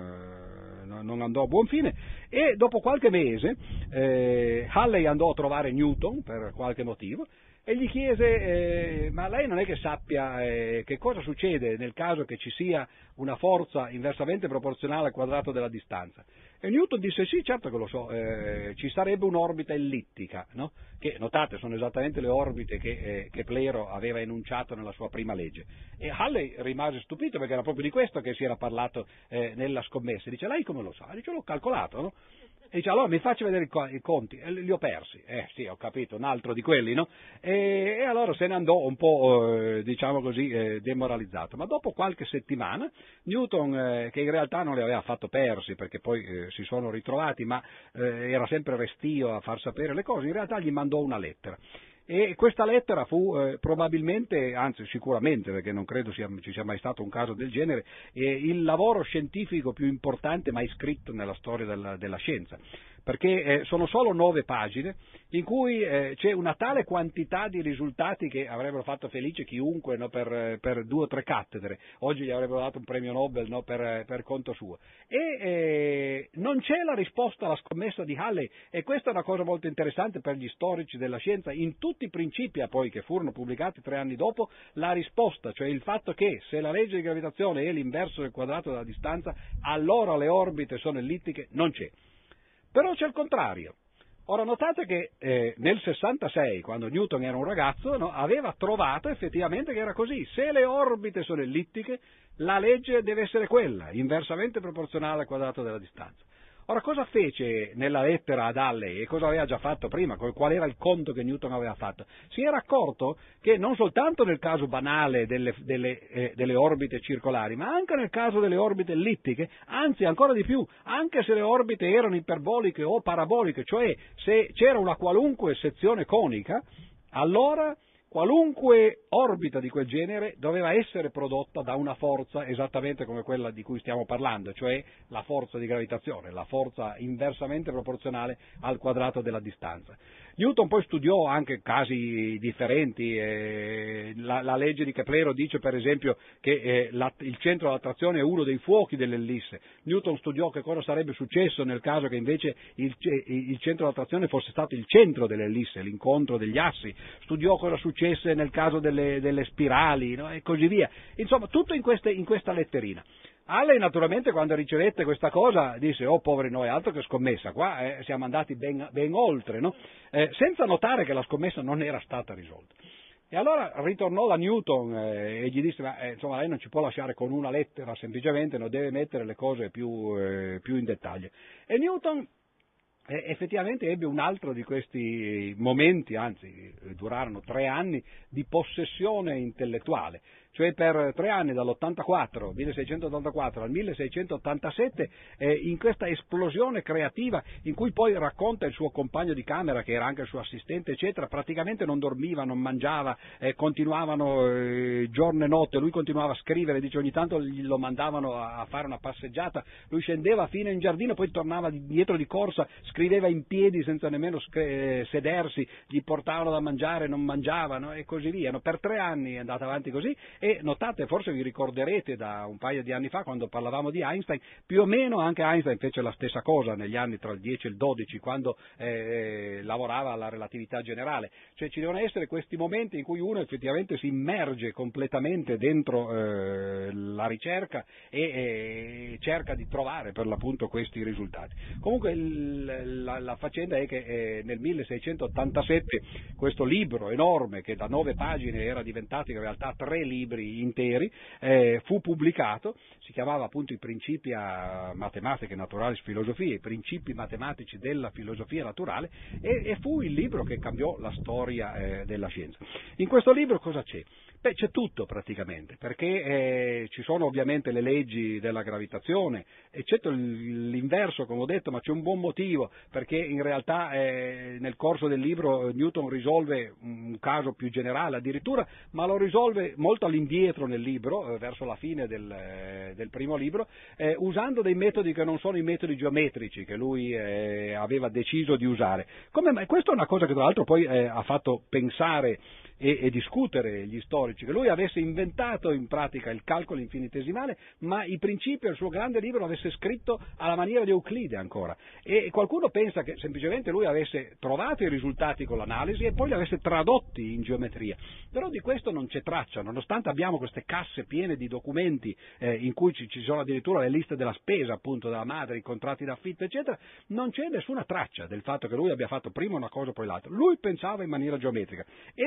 non andò a buon fine, e dopo qualche mese Halley andò a trovare Newton per qualche motivo e gli chiese: ma lei non è che sappia che cosa succede nel caso che ci sia una forza inversamente proporzionale al quadrato della distanza? E Newton disse: sì, certo che lo so, ci sarebbe un'orbita ellittica, no? Che, notate, sono esattamente le orbite che Keplero aveva enunciato nella sua prima legge. E Halley rimase stupito, perché era proprio di questo che si era parlato nella scommessa. Dice: lei come lo sa? Dice: l'ho calcolato, no? E dice: allora mi faccia vedere i conti. E li ho persi. Sì, ho capito, un altro di quelli, no? E allora se ne andò un po', diciamo così, demoralizzato. Ma dopo qualche settimana Newton, che in realtà non li aveva affatto persi, perché poi si sono ritrovati, ma era sempre restio a far sapere le cose, in realtà gli mandò una lettera. E questa lettera fu probabilmente, anzi sicuramente, perché non credo ci sia mai stato un caso del genere, il lavoro scientifico più importante mai scritto nella storia della scienza, perché sono solo 9 pagine in cui c'è una tale quantità di risultati che avrebbero fatto felice chiunque, no, per 2 o 3 cattedre. Oggi gli avrebbero dato un premio Nobel, no, per conto suo. E non c'è la risposta alla scommessa di Halley, e questa è una cosa molto interessante per gli storici della scienza. In tutti i Principia, poi, che furono pubblicati 3 anni dopo, la risposta, cioè il fatto che se la legge di gravitazione è l'inverso del quadrato della distanza, allora le orbite sono ellittiche, non c'è. Però c'è il contrario. Ora notate che nel 66, quando Newton era un ragazzo, no, aveva trovato effettivamente che era così: se le orbite sono ellittiche, la legge deve essere quella, inversamente proporzionale al quadrato della distanza. Ora, cosa fece nella lettera ad Halley e cosa aveva già fatto prima, qual era il conto che Newton aveva fatto? Si era accorto che non soltanto nel caso banale delle orbite circolari, ma anche nel caso delle orbite ellittiche, anzi ancora di più, anche se le orbite erano iperboliche o paraboliche, cioè se c'era una qualunque sezione conica, allora qualunque orbita di quel genere doveva essere prodotta da una forza esattamente come quella di cui stiamo parlando, cioè la forza di gravitazione, la forza inversamente proporzionale al quadrato della distanza. Newton poi studiò anche casi differenti, la legge di Keplero dice per esempio che il centro dell'attrazione è uno dei fuochi dell'ellisse. Newton studiò che cosa sarebbe successo nel caso che invece il centro dell'attrazione fosse stato il centro dell'ellisse, l'incontro degli assi, studiò cosa successe nel caso delle spirali, no? E così via. Insomma, tutto in questa letterina. Halley naturalmente quando ricevette questa cosa disse: oh poveri noi, altro che scommessa, qua siamo andati ben oltre, no? Senza notare che la scommessa non era stata risolta. E allora ritornò da Newton e gli disse: ma insomma lei non ci può lasciare con una lettera semplicemente, non deve mettere le cose più in dettaglio. E Newton effettivamente ebbe un altro di questi momenti, anzi durarono 3 anni di possessione intellettuale, cioè per 3 anni, dall'84, 1684 al 1687, in questa esplosione creativa in cui poi racconta il suo compagno di camera, che era anche il suo assistente, eccetera, praticamente non dormiva, non mangiava, continuavano giorno e notte, lui continuava a scrivere, dice ogni tanto lo mandavano a fare una passeggiata, lui scendeva fino in giardino, poi tornava dietro di corsa, scriveva in piedi senza nemmeno sedersi, gli portavano da mangiare, non mangiavano e così via. No, per 3 anni è andata avanti così. E notate, forse vi ricorderete da un paio di anni fa, quando parlavamo di Einstein, più o meno anche Einstein fece la stessa cosa negli anni tra il 10 e il 12, quando lavorava alla relatività generale. Cioè ci devono essere questi momenti in cui uno effettivamente si immerge completamente dentro la ricerca e cerca di trovare per l'appunto questi risultati. Comunque la faccenda è che nel 1687 questo libro enorme, che da 9 pagine era diventato in realtà 3 libri interi, fu pubblicato, si chiamava appunto I Principia Mathematica Naturalis Philosophiae, i principi matematici della filosofia naturale, e fu il libro che cambiò la storia della scienza. In questo libro cosa c'è? Beh, c'è tutto praticamente, perché ci sono ovviamente le leggi della gravitazione, eccetto l'inverso, come ho detto, ma c'è un buon motivo, perché in realtà nel corso del libro Newton risolve un caso più generale addirittura, ma lo risolve molto all'indietro nel libro, verso la fine del primo libro, usando dei metodi che non sono i metodi geometrici che lui aveva deciso di usare. Questa è una cosa che tra l'altro poi ha fatto pensare e discutere gli storici, che lui avesse inventato in pratica il calcolo infinitesimale, ma i principi del suo grande libro l'avesse scritto alla maniera di Euclide ancora, e qualcuno pensa che semplicemente lui avesse trovato i risultati con l'analisi e poi li avesse tradotti in geometria, però di questo non c'è traccia, nonostante abbiamo queste casse piene di documenti in cui ci sono addirittura le liste della spesa appunto della madre, i contratti d'affitto eccetera, non c'è nessuna traccia del fatto che lui abbia fatto prima una cosa poi l'altra. Lui pensava in maniera geometrica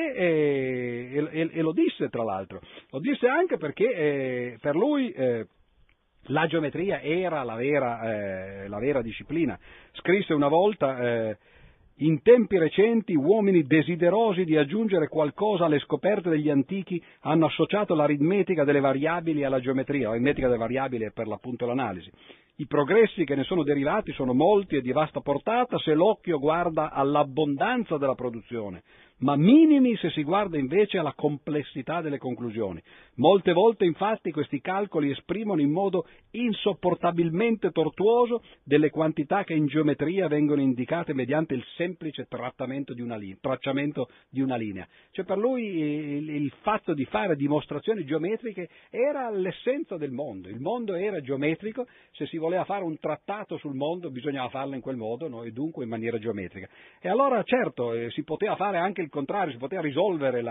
e lo disse, tra l'altro, lo disse anche perché per lui la geometria era la vera disciplina. Scrisse una volta: in tempi recenti uomini desiderosi di aggiungere qualcosa alle scoperte degli antichi hanno associato l'aritmetica delle variabili alla geometria. L'aritmetica delle variabili è per l'appunto l'analisi. I progressi che ne sono derivati sono molti e di vasta portata se l'occhio guarda all'abbondanza della produzione, ma minimi se si guarda invece alla complessità delle conclusioni. Molte volte, infatti, questi calcoli esprimono in modo insopportabilmente tortuoso delle quantità che in geometria vengono indicate mediante il semplice tracciamento di una linea. Cioè, per lui il fatto di fare dimostrazioni geometriche era l'essenza del mondo. Il mondo era geometrico, se si voleva fare un trattato sul mondo bisognava farlo in quel modo, no? E dunque in maniera geometrica. E allora certo si poteva fare anche il contrario, si poteva risolvere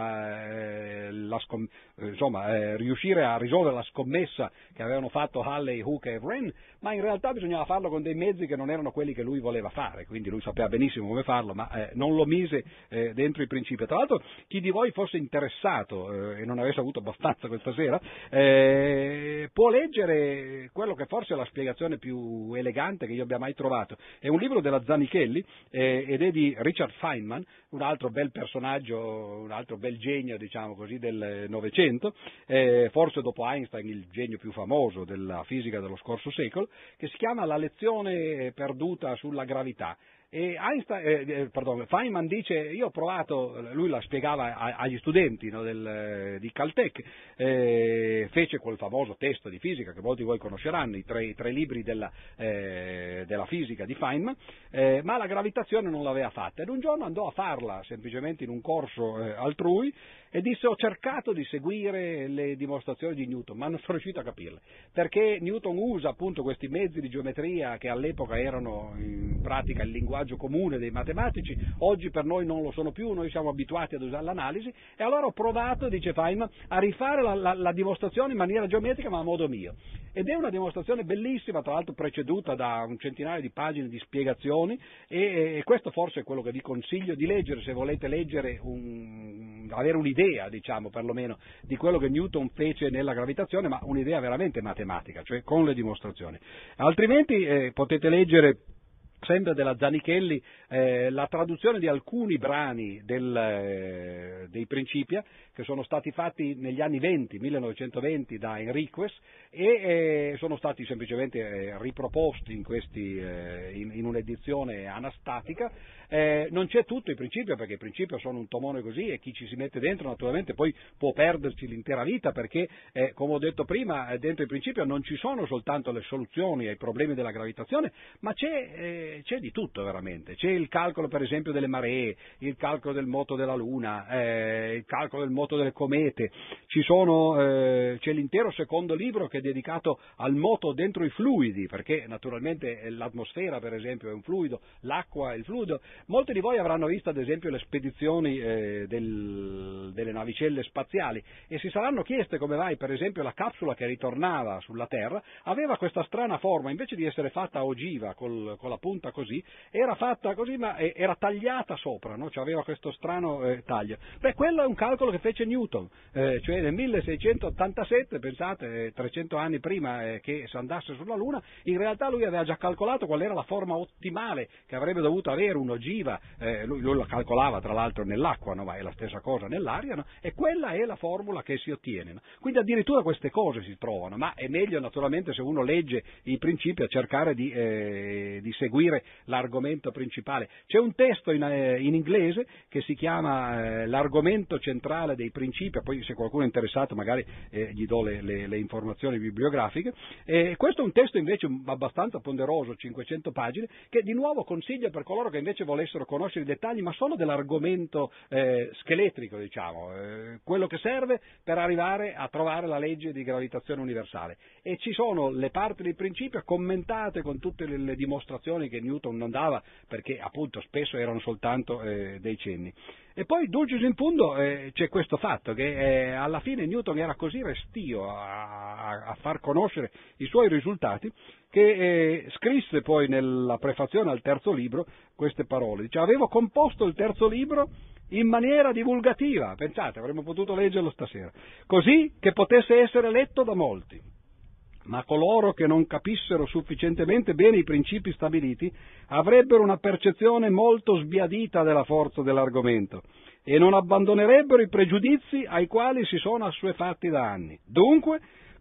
riuscire a risolvere la scommessa che avevano fatto Halley, Hooke e Wren, ma in realtà bisognava farlo con dei mezzi che non erano quelli che lui voleva fare, quindi lui sapeva benissimo come farlo, ma non lo mise dentro i principi. Tra l'altro, chi di voi fosse interessato e non avesse avuto abbastanza questa sera, può leggere quello che forse è la spiegazione più elegante che io abbia mai trovato. È un libro della Zanichelli ed è di Richard Feynman, un altro bel personaggio, un altro bel genio, diciamo così, del Novecento, forse dopo Einstein il genio più famoso della fisica dello scorso secolo, che si chiama La lezione perduta sulla gravità. E Feynman dice, io ho provato, lui la spiegava agli studenti, no, di Caltech, fece quel famoso testo di fisica che molti di voi conosceranno, i tre libri della fisica di Feynman, ma la gravitazione non l'aveva fatta, ed un giorno andò a farla semplicemente in un corso altrui e disse: ho cercato di seguire le dimostrazioni di Newton, ma non sono riuscito a capirle, perché Newton usa appunto questi mezzi di geometria che all'epoca erano in pratica il linguaggio comune dei matematici, oggi per noi non lo sono più, noi siamo abituati ad usare l'analisi, e allora ho provato, dice Feynman, a rifare la dimostrazione in maniera geometrica ma a modo mio. Ed è una dimostrazione bellissima, tra l'altro preceduta da un centinaio di pagine di spiegazioni, e questo forse è quello che vi consiglio di leggere se volete leggere, avere un'idea, diciamo, perlomeno, di quello che Newton fece nella gravitazione, ma un'idea veramente matematica, cioè con le dimostrazioni. Altrimenti potete leggere, sempre della Zanichelli, la traduzione di alcuni brani dei Principia, che sono stati fatti negli anni 1920 da Enriquez, e sono stati semplicemente riproposti in un'edizione anastatica. Non c'è tutto il Principio, perché il Principio sono un tomone così, e chi ci si mette dentro naturalmente poi può perderci l'intera vita, perché come ho detto prima, dentro il Principio non ci sono soltanto le soluzioni ai problemi della gravitazione, ma c'è di tutto veramente. C'è il calcolo per esempio delle maree, il calcolo del moto della Luna, il calcolo del moto delle comete, c'è l'intero secondo libro che è dedicato al moto dentro i fluidi, perché naturalmente l'atmosfera per esempio è un fluido, l'acqua è il fluido. Molti di voi avranno visto ad esempio le spedizioni delle navicelle spaziali e si saranno chieste come mai per esempio la capsula che ritornava sulla Terra aveva questa strana forma, invece di essere fatta a ogiva con la punta così, era fatta così ma era tagliata sopra, no? Cioè aveva questo strano taglio. Beh, quello è un calcolo che fece Newton, cioè nel 1687, pensate, 300 anni prima che si andasse sulla Luna, in realtà lui aveva già calcolato qual era la forma ottimale che avrebbe dovuto avere un'ogiva, lui la calcolava tra l'altro nell'acqua, no? Ma è la stessa cosa nell'aria, no? E quella è la formula che si ottiene, no? Quindi addirittura queste cose si trovano, ma è meglio naturalmente se uno legge i principi a cercare di seguire l'argomento principale. C'è un testo in inglese che si chiama l'argomento centrale dei principi, poi se qualcuno è interessato magari gli do le informazioni bibliografiche. Questo è un testo invece abbastanza ponderoso, 500 pagine, che di nuovo consiglio per coloro che invece volessero conoscere i dettagli, ma solo dell'argomento scheletrico, diciamo, quello che serve per arrivare a trovare la legge di gravitazione universale. E ci sono le parti dei principi commentate con tutte le dimostrazioni che Newton non dava, perché appunto spesso erano soltanto dei cenni. E poi, dulcis in fundo, c'è questo fatto che alla fine Newton era così restio a far conoscere i suoi risultati che scrisse poi nella prefazione al terzo libro queste parole. Dice: avevo composto il terzo libro in maniera divulgativa, pensate, avremmo potuto leggerlo stasera, così che potesse essere letto da molti. Ma coloro che non capissero sufficientemente bene i principi stabiliti avrebbero una percezione molto sbiadita della forza dell'argomento e non abbandonerebbero i pregiudizi ai quali si sono assuefatti da anni. Dunque,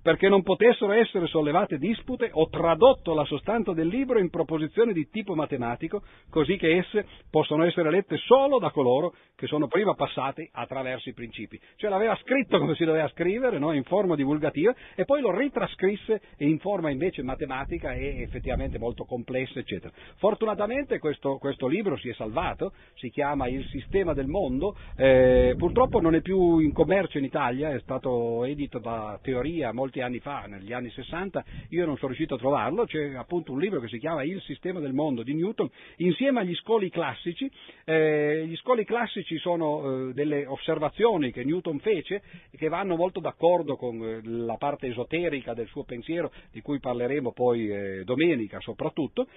perché non potessero essere sollevate dispute, ho tradotto la sostanza del libro in proposizioni di tipo matematico, così che esse possono essere lette solo da coloro che sono prima passati attraverso i principi. Cioè l'aveva scritto come si doveva scrivere, no? In forma divulgativa, e poi lo ritrascrisse in forma invece matematica e effettivamente molto complessa, eccetera. Fortunatamente questo libro si è salvato, si chiama Il sistema del mondo, purtroppo non è più in commercio in Italia, è stato edito da Teoria molti anni fa, negli anni 60, io non sono riuscito a trovarlo, c'è appunto un libro che si chiama Il sistema del mondo di Newton, insieme agli scoli classici. Gli scoli classici sono delle osservazioni che Newton fece e che vanno molto d'accordo con la parte esoterica del suo pensiero, di cui parleremo poi domenica soprattutto,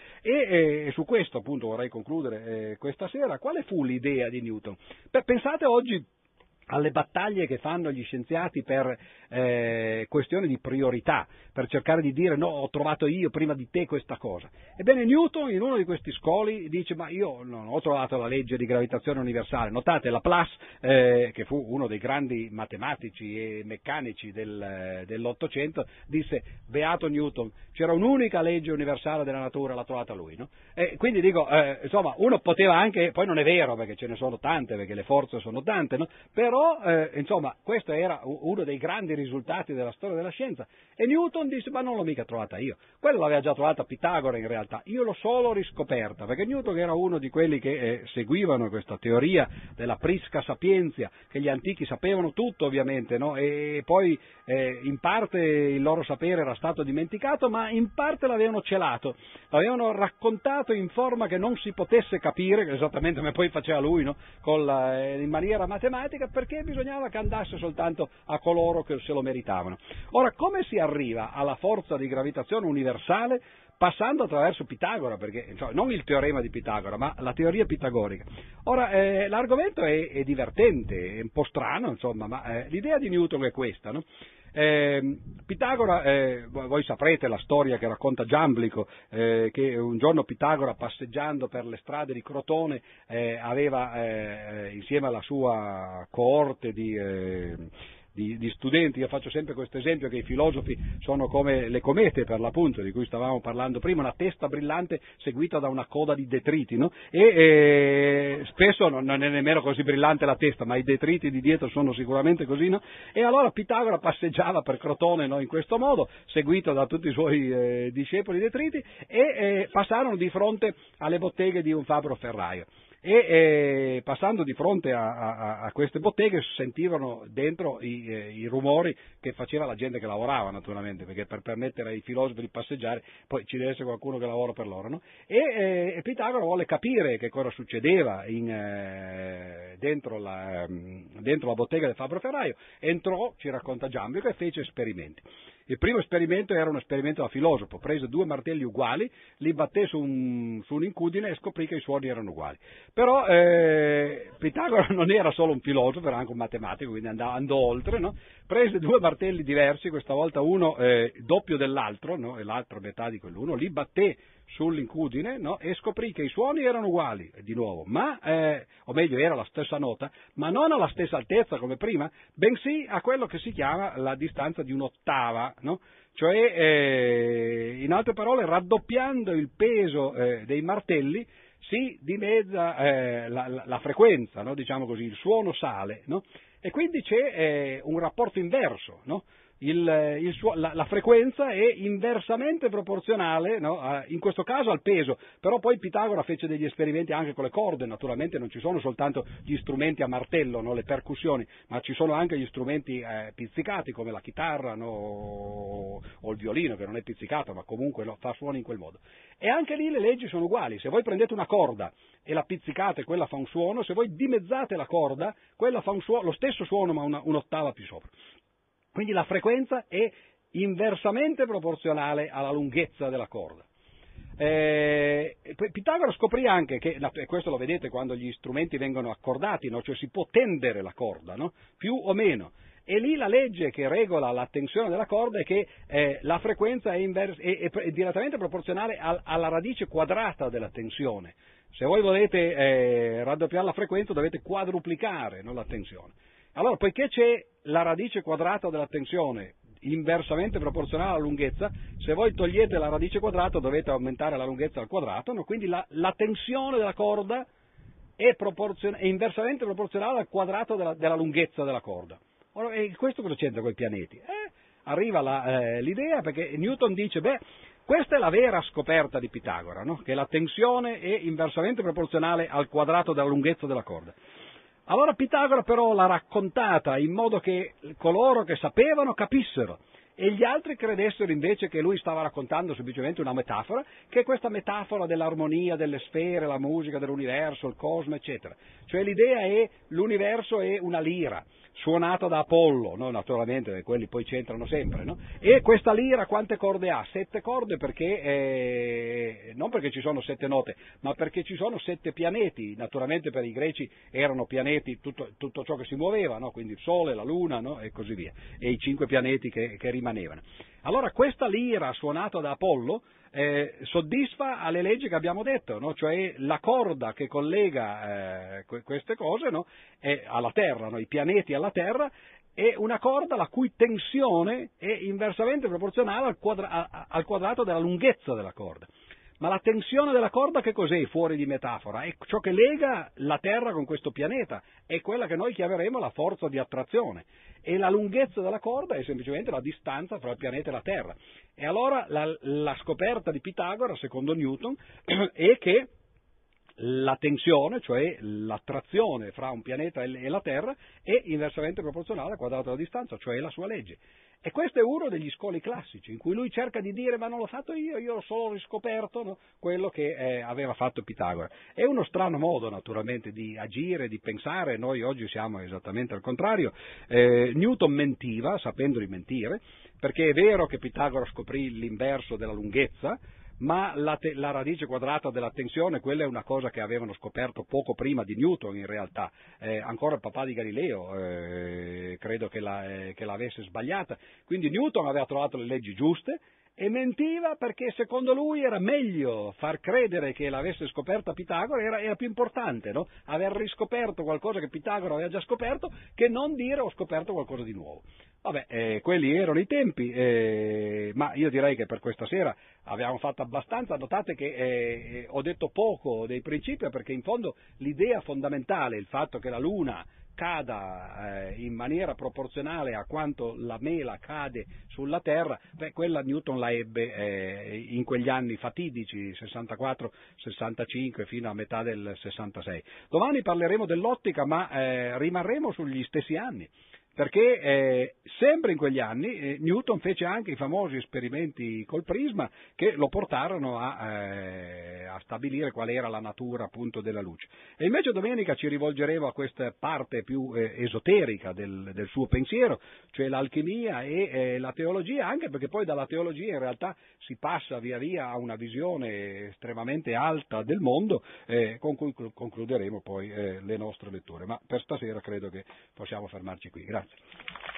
e su questo appunto vorrei concludere questa sera. Quale fu l'idea di Newton? Pensate oggi alle battaglie che fanno gli scienziati per questioni di priorità, per cercare di dire no, ho trovato io prima di te questa cosa. Ebbene Newton in uno di questi scoli dice ma io non ho trovato la legge di gravitazione universale. Notate, Laplace, che fu uno dei grandi matematici e meccanici dell'Ottocento, disse beato Newton, c'era un'unica legge universale della natura, l'ha trovata lui, no? Quindi dico, insomma, uno poteva anche, poi non è vero perché ce ne sono tante, perché le forze sono tante, no? Però, insomma, questo era uno dei grandi risultati della storia della scienza. E Newton disse, ma non l'ho mica trovata io. Quello l'aveva già trovata Pitagora in realtà. Io l'ho solo riscoperta, perché Newton era uno di quelli che seguivano questa teoria della prisca sapientia, che gli antichi sapevano tutto ovviamente, no? E poi in parte il loro sapere era stato dimenticato, ma in parte l'avevano celato, l'avevano raccontato in forma che non si potesse capire, esattamente come poi faceva lui, no? In maniera matematica, perché bisognava che andasse soltanto a coloro che se lo meritavano. Ora, come si arriva alla forza di gravitazione universale? Passando attraverso Pitagora, perché non il teorema di Pitagora, ma la teoria pitagorica. Ora, l'argomento è divertente, è un po' strano, insomma, ma l'idea di Newton è questa, no? Pitagora, voi saprete la storia che racconta Giamblico, che un giorno Pitagora, passeggiando per le strade di Crotone, aveva insieme alla sua coorte di studenti. Io faccio sempre questo esempio che i filosofi sono come le comete, per l'appunto, di cui stavamo parlando prima, una testa brillante seguita da una coda di detriti, no? E spesso non è nemmeno così brillante la testa, ma i detriti di dietro sono sicuramente così, no? E allora Pitagora passeggiava per Crotone, no, in questo modo, seguito da tutti i suoi discepoli detriti, e passarono di fronte alle botteghe di un fabbro ferraio. E passando di fronte a queste botteghe sentivano dentro i rumori che faceva la gente che lavorava, naturalmente, perché per permettere ai filosofi di passeggiare poi ci deve essere qualcuno che lavora per loro, no? E Pitagora volle capire che cosa succedeva dentro la bottega del fabbro ferraio, entrò, ci racconta Giamblico, e fece esperimenti. Il primo esperimento era un esperimento da filosofo, prese 2 martelli uguali, li batté su un'incudine e scoprì che i suoni erano uguali. Però Pitagora non era solo un filosofo, era anche un matematico, quindi andò oltre, no? Prese 2 martelli diversi, questa volta uno doppio dell'altro, no? E l'altro metà di quell'uno, li batté sull'incudine, no? E scoprì che i suoni erano uguali, di nuovo, ma, o meglio era la stessa nota, ma non alla stessa altezza come prima, bensì a quello che si chiama la distanza di un'ottava, no? Cioè, in altre parole, raddoppiando il peso dei martelli, si dimezza la frequenza, no? Diciamo così, il suono sale, no? E quindi c'è un rapporto inverso, no? La frequenza è inversamente proporzionale, no? In questo caso al peso, però poi Pitagora fece degli esperimenti anche con le corde, naturalmente non ci sono soltanto gli strumenti a martello, no? Le percussioni, ma ci sono anche gli strumenti pizzicati come la chitarra, no? O il violino, che non è pizzicato ma comunque fa suoni in quel modo. E anche lì le leggi sono uguali, se voi prendete una corda e la pizzicate, quella fa un suono, se voi dimezzate la corda, quella fa un suono, lo stesso suono ma un'ottava più sopra. Quindi la frequenza è inversamente proporzionale alla lunghezza della corda. Pitagora scoprì anche che, e questo lo vedete quando gli strumenti vengono accordati, no? Cioè si può tendere la corda, no? Più o meno. E lì la legge che regola la tensione della corda è che la frequenza è direttamente proporzionale alla radice quadrata della tensione. Se voi volete raddoppiare la frequenza dovete quadruplicare, no, la tensione. Allora, poiché c'è la radice quadrata della tensione inversamente proporzionale alla lunghezza, se voi togliete la radice quadrata dovete aumentare la lunghezza al quadrato, no? Quindi la tensione della corda è inversamente proporzionale al quadrato della lunghezza della corda. Ora, e questo cosa c'entra con i pianeti? Arriva l'idea perché Newton dice, questa è la vera scoperta di Pitagora, no? Che la tensione è inversamente proporzionale al quadrato della lunghezza della corda. Allora Pitagora però l'ha raccontata in modo che coloro che sapevano capissero e gli altri credessero invece che lui stava raccontando semplicemente una metafora, che è questa metafora dell'armonia delle sfere, la musica dell'universo, il cosmo, eccetera. Cioè l'idea è l'universo è una lira suonata da Apollo, no? Naturalmente quelli poi c'entrano sempre, no? E questa lira quante corde ha? 7 corde perché, non perché ci sono 7 note, ma perché ci sono 7 pianeti, naturalmente per i greci erano pianeti tutto ciò che si muoveva, no? Quindi il Sole, la Luna, no? E così via, e i 5 pianeti che rimanevano. Allora questa lira suonata da Apollo soddisfa alle leggi che abbiamo detto, no? Cioè la corda che collega queste cose, no? Alla Terra, no? I pianeti alla Terra, è una corda la cui tensione è inversamente proporzionale al quadrato della lunghezza della corda. Ma la tensione della corda che cos'è fuori di metafora? È ciò che lega la Terra con questo pianeta, è quella che noi chiameremo la forza di attrazione. E la lunghezza della corda è semplicemente la distanza fra il pianeta e la Terra. E allora la scoperta di Pitagora, secondo Newton, è che la tensione, cioè l'attrazione fra un pianeta e la Terra, è inversamente proporzionale al quadrato della distanza, cioè è la sua legge. E questo è uno degli scoli classici, in cui lui cerca di dire ma non l'ho fatto io ho solo riscoperto, no? Quello che aveva fatto Pitagora. È uno strano modo naturalmente di agire, di pensare, noi oggi siamo esattamente al contrario. Newton mentiva, sapendo di mentire, perché è vero che Pitagora scoprì l'inverso della lunghezza, ma la radice quadrata della tensione, quella è una cosa che avevano scoperto poco prima di Newton in realtà, ancora il papà di Galileo credo che l'avesse sbagliata, quindi Newton aveva trovato le leggi giuste e mentiva perché secondo lui era meglio far credere che l'avesse scoperta Pitagora, era più importante, no? Aver riscoperto qualcosa che Pitagora aveva già scoperto che non dire ho scoperto qualcosa di nuovo. Vabbè, quelli erano i tempi, ma io direi che per questa sera abbiamo fatto abbastanza. Notate che ho detto poco dei principi perché in fondo l'idea fondamentale, il fatto che la Luna cada in maniera proporzionale a quanto la mela cade sulla Terra, quella Newton la ebbe in quegli anni fatidici, 64-65 fino a metà del 66. Domani parleremo dell'ottica, ma rimarremo sugli stessi anni. Perché sempre in quegli anni Newton fece anche i famosi esperimenti col prisma che lo portarono a stabilire qual era la natura appunto della luce. E invece domenica ci rivolgeremo a questa parte più esoterica del suo pensiero, cioè l'alchimia e la teologia, anche perché poi dalla teologia in realtà si passa via via a una visione estremamente alta del mondo, con cui concluderemo poi le nostre letture. Ma per stasera credo che possiamo fermarci qui. Grazie.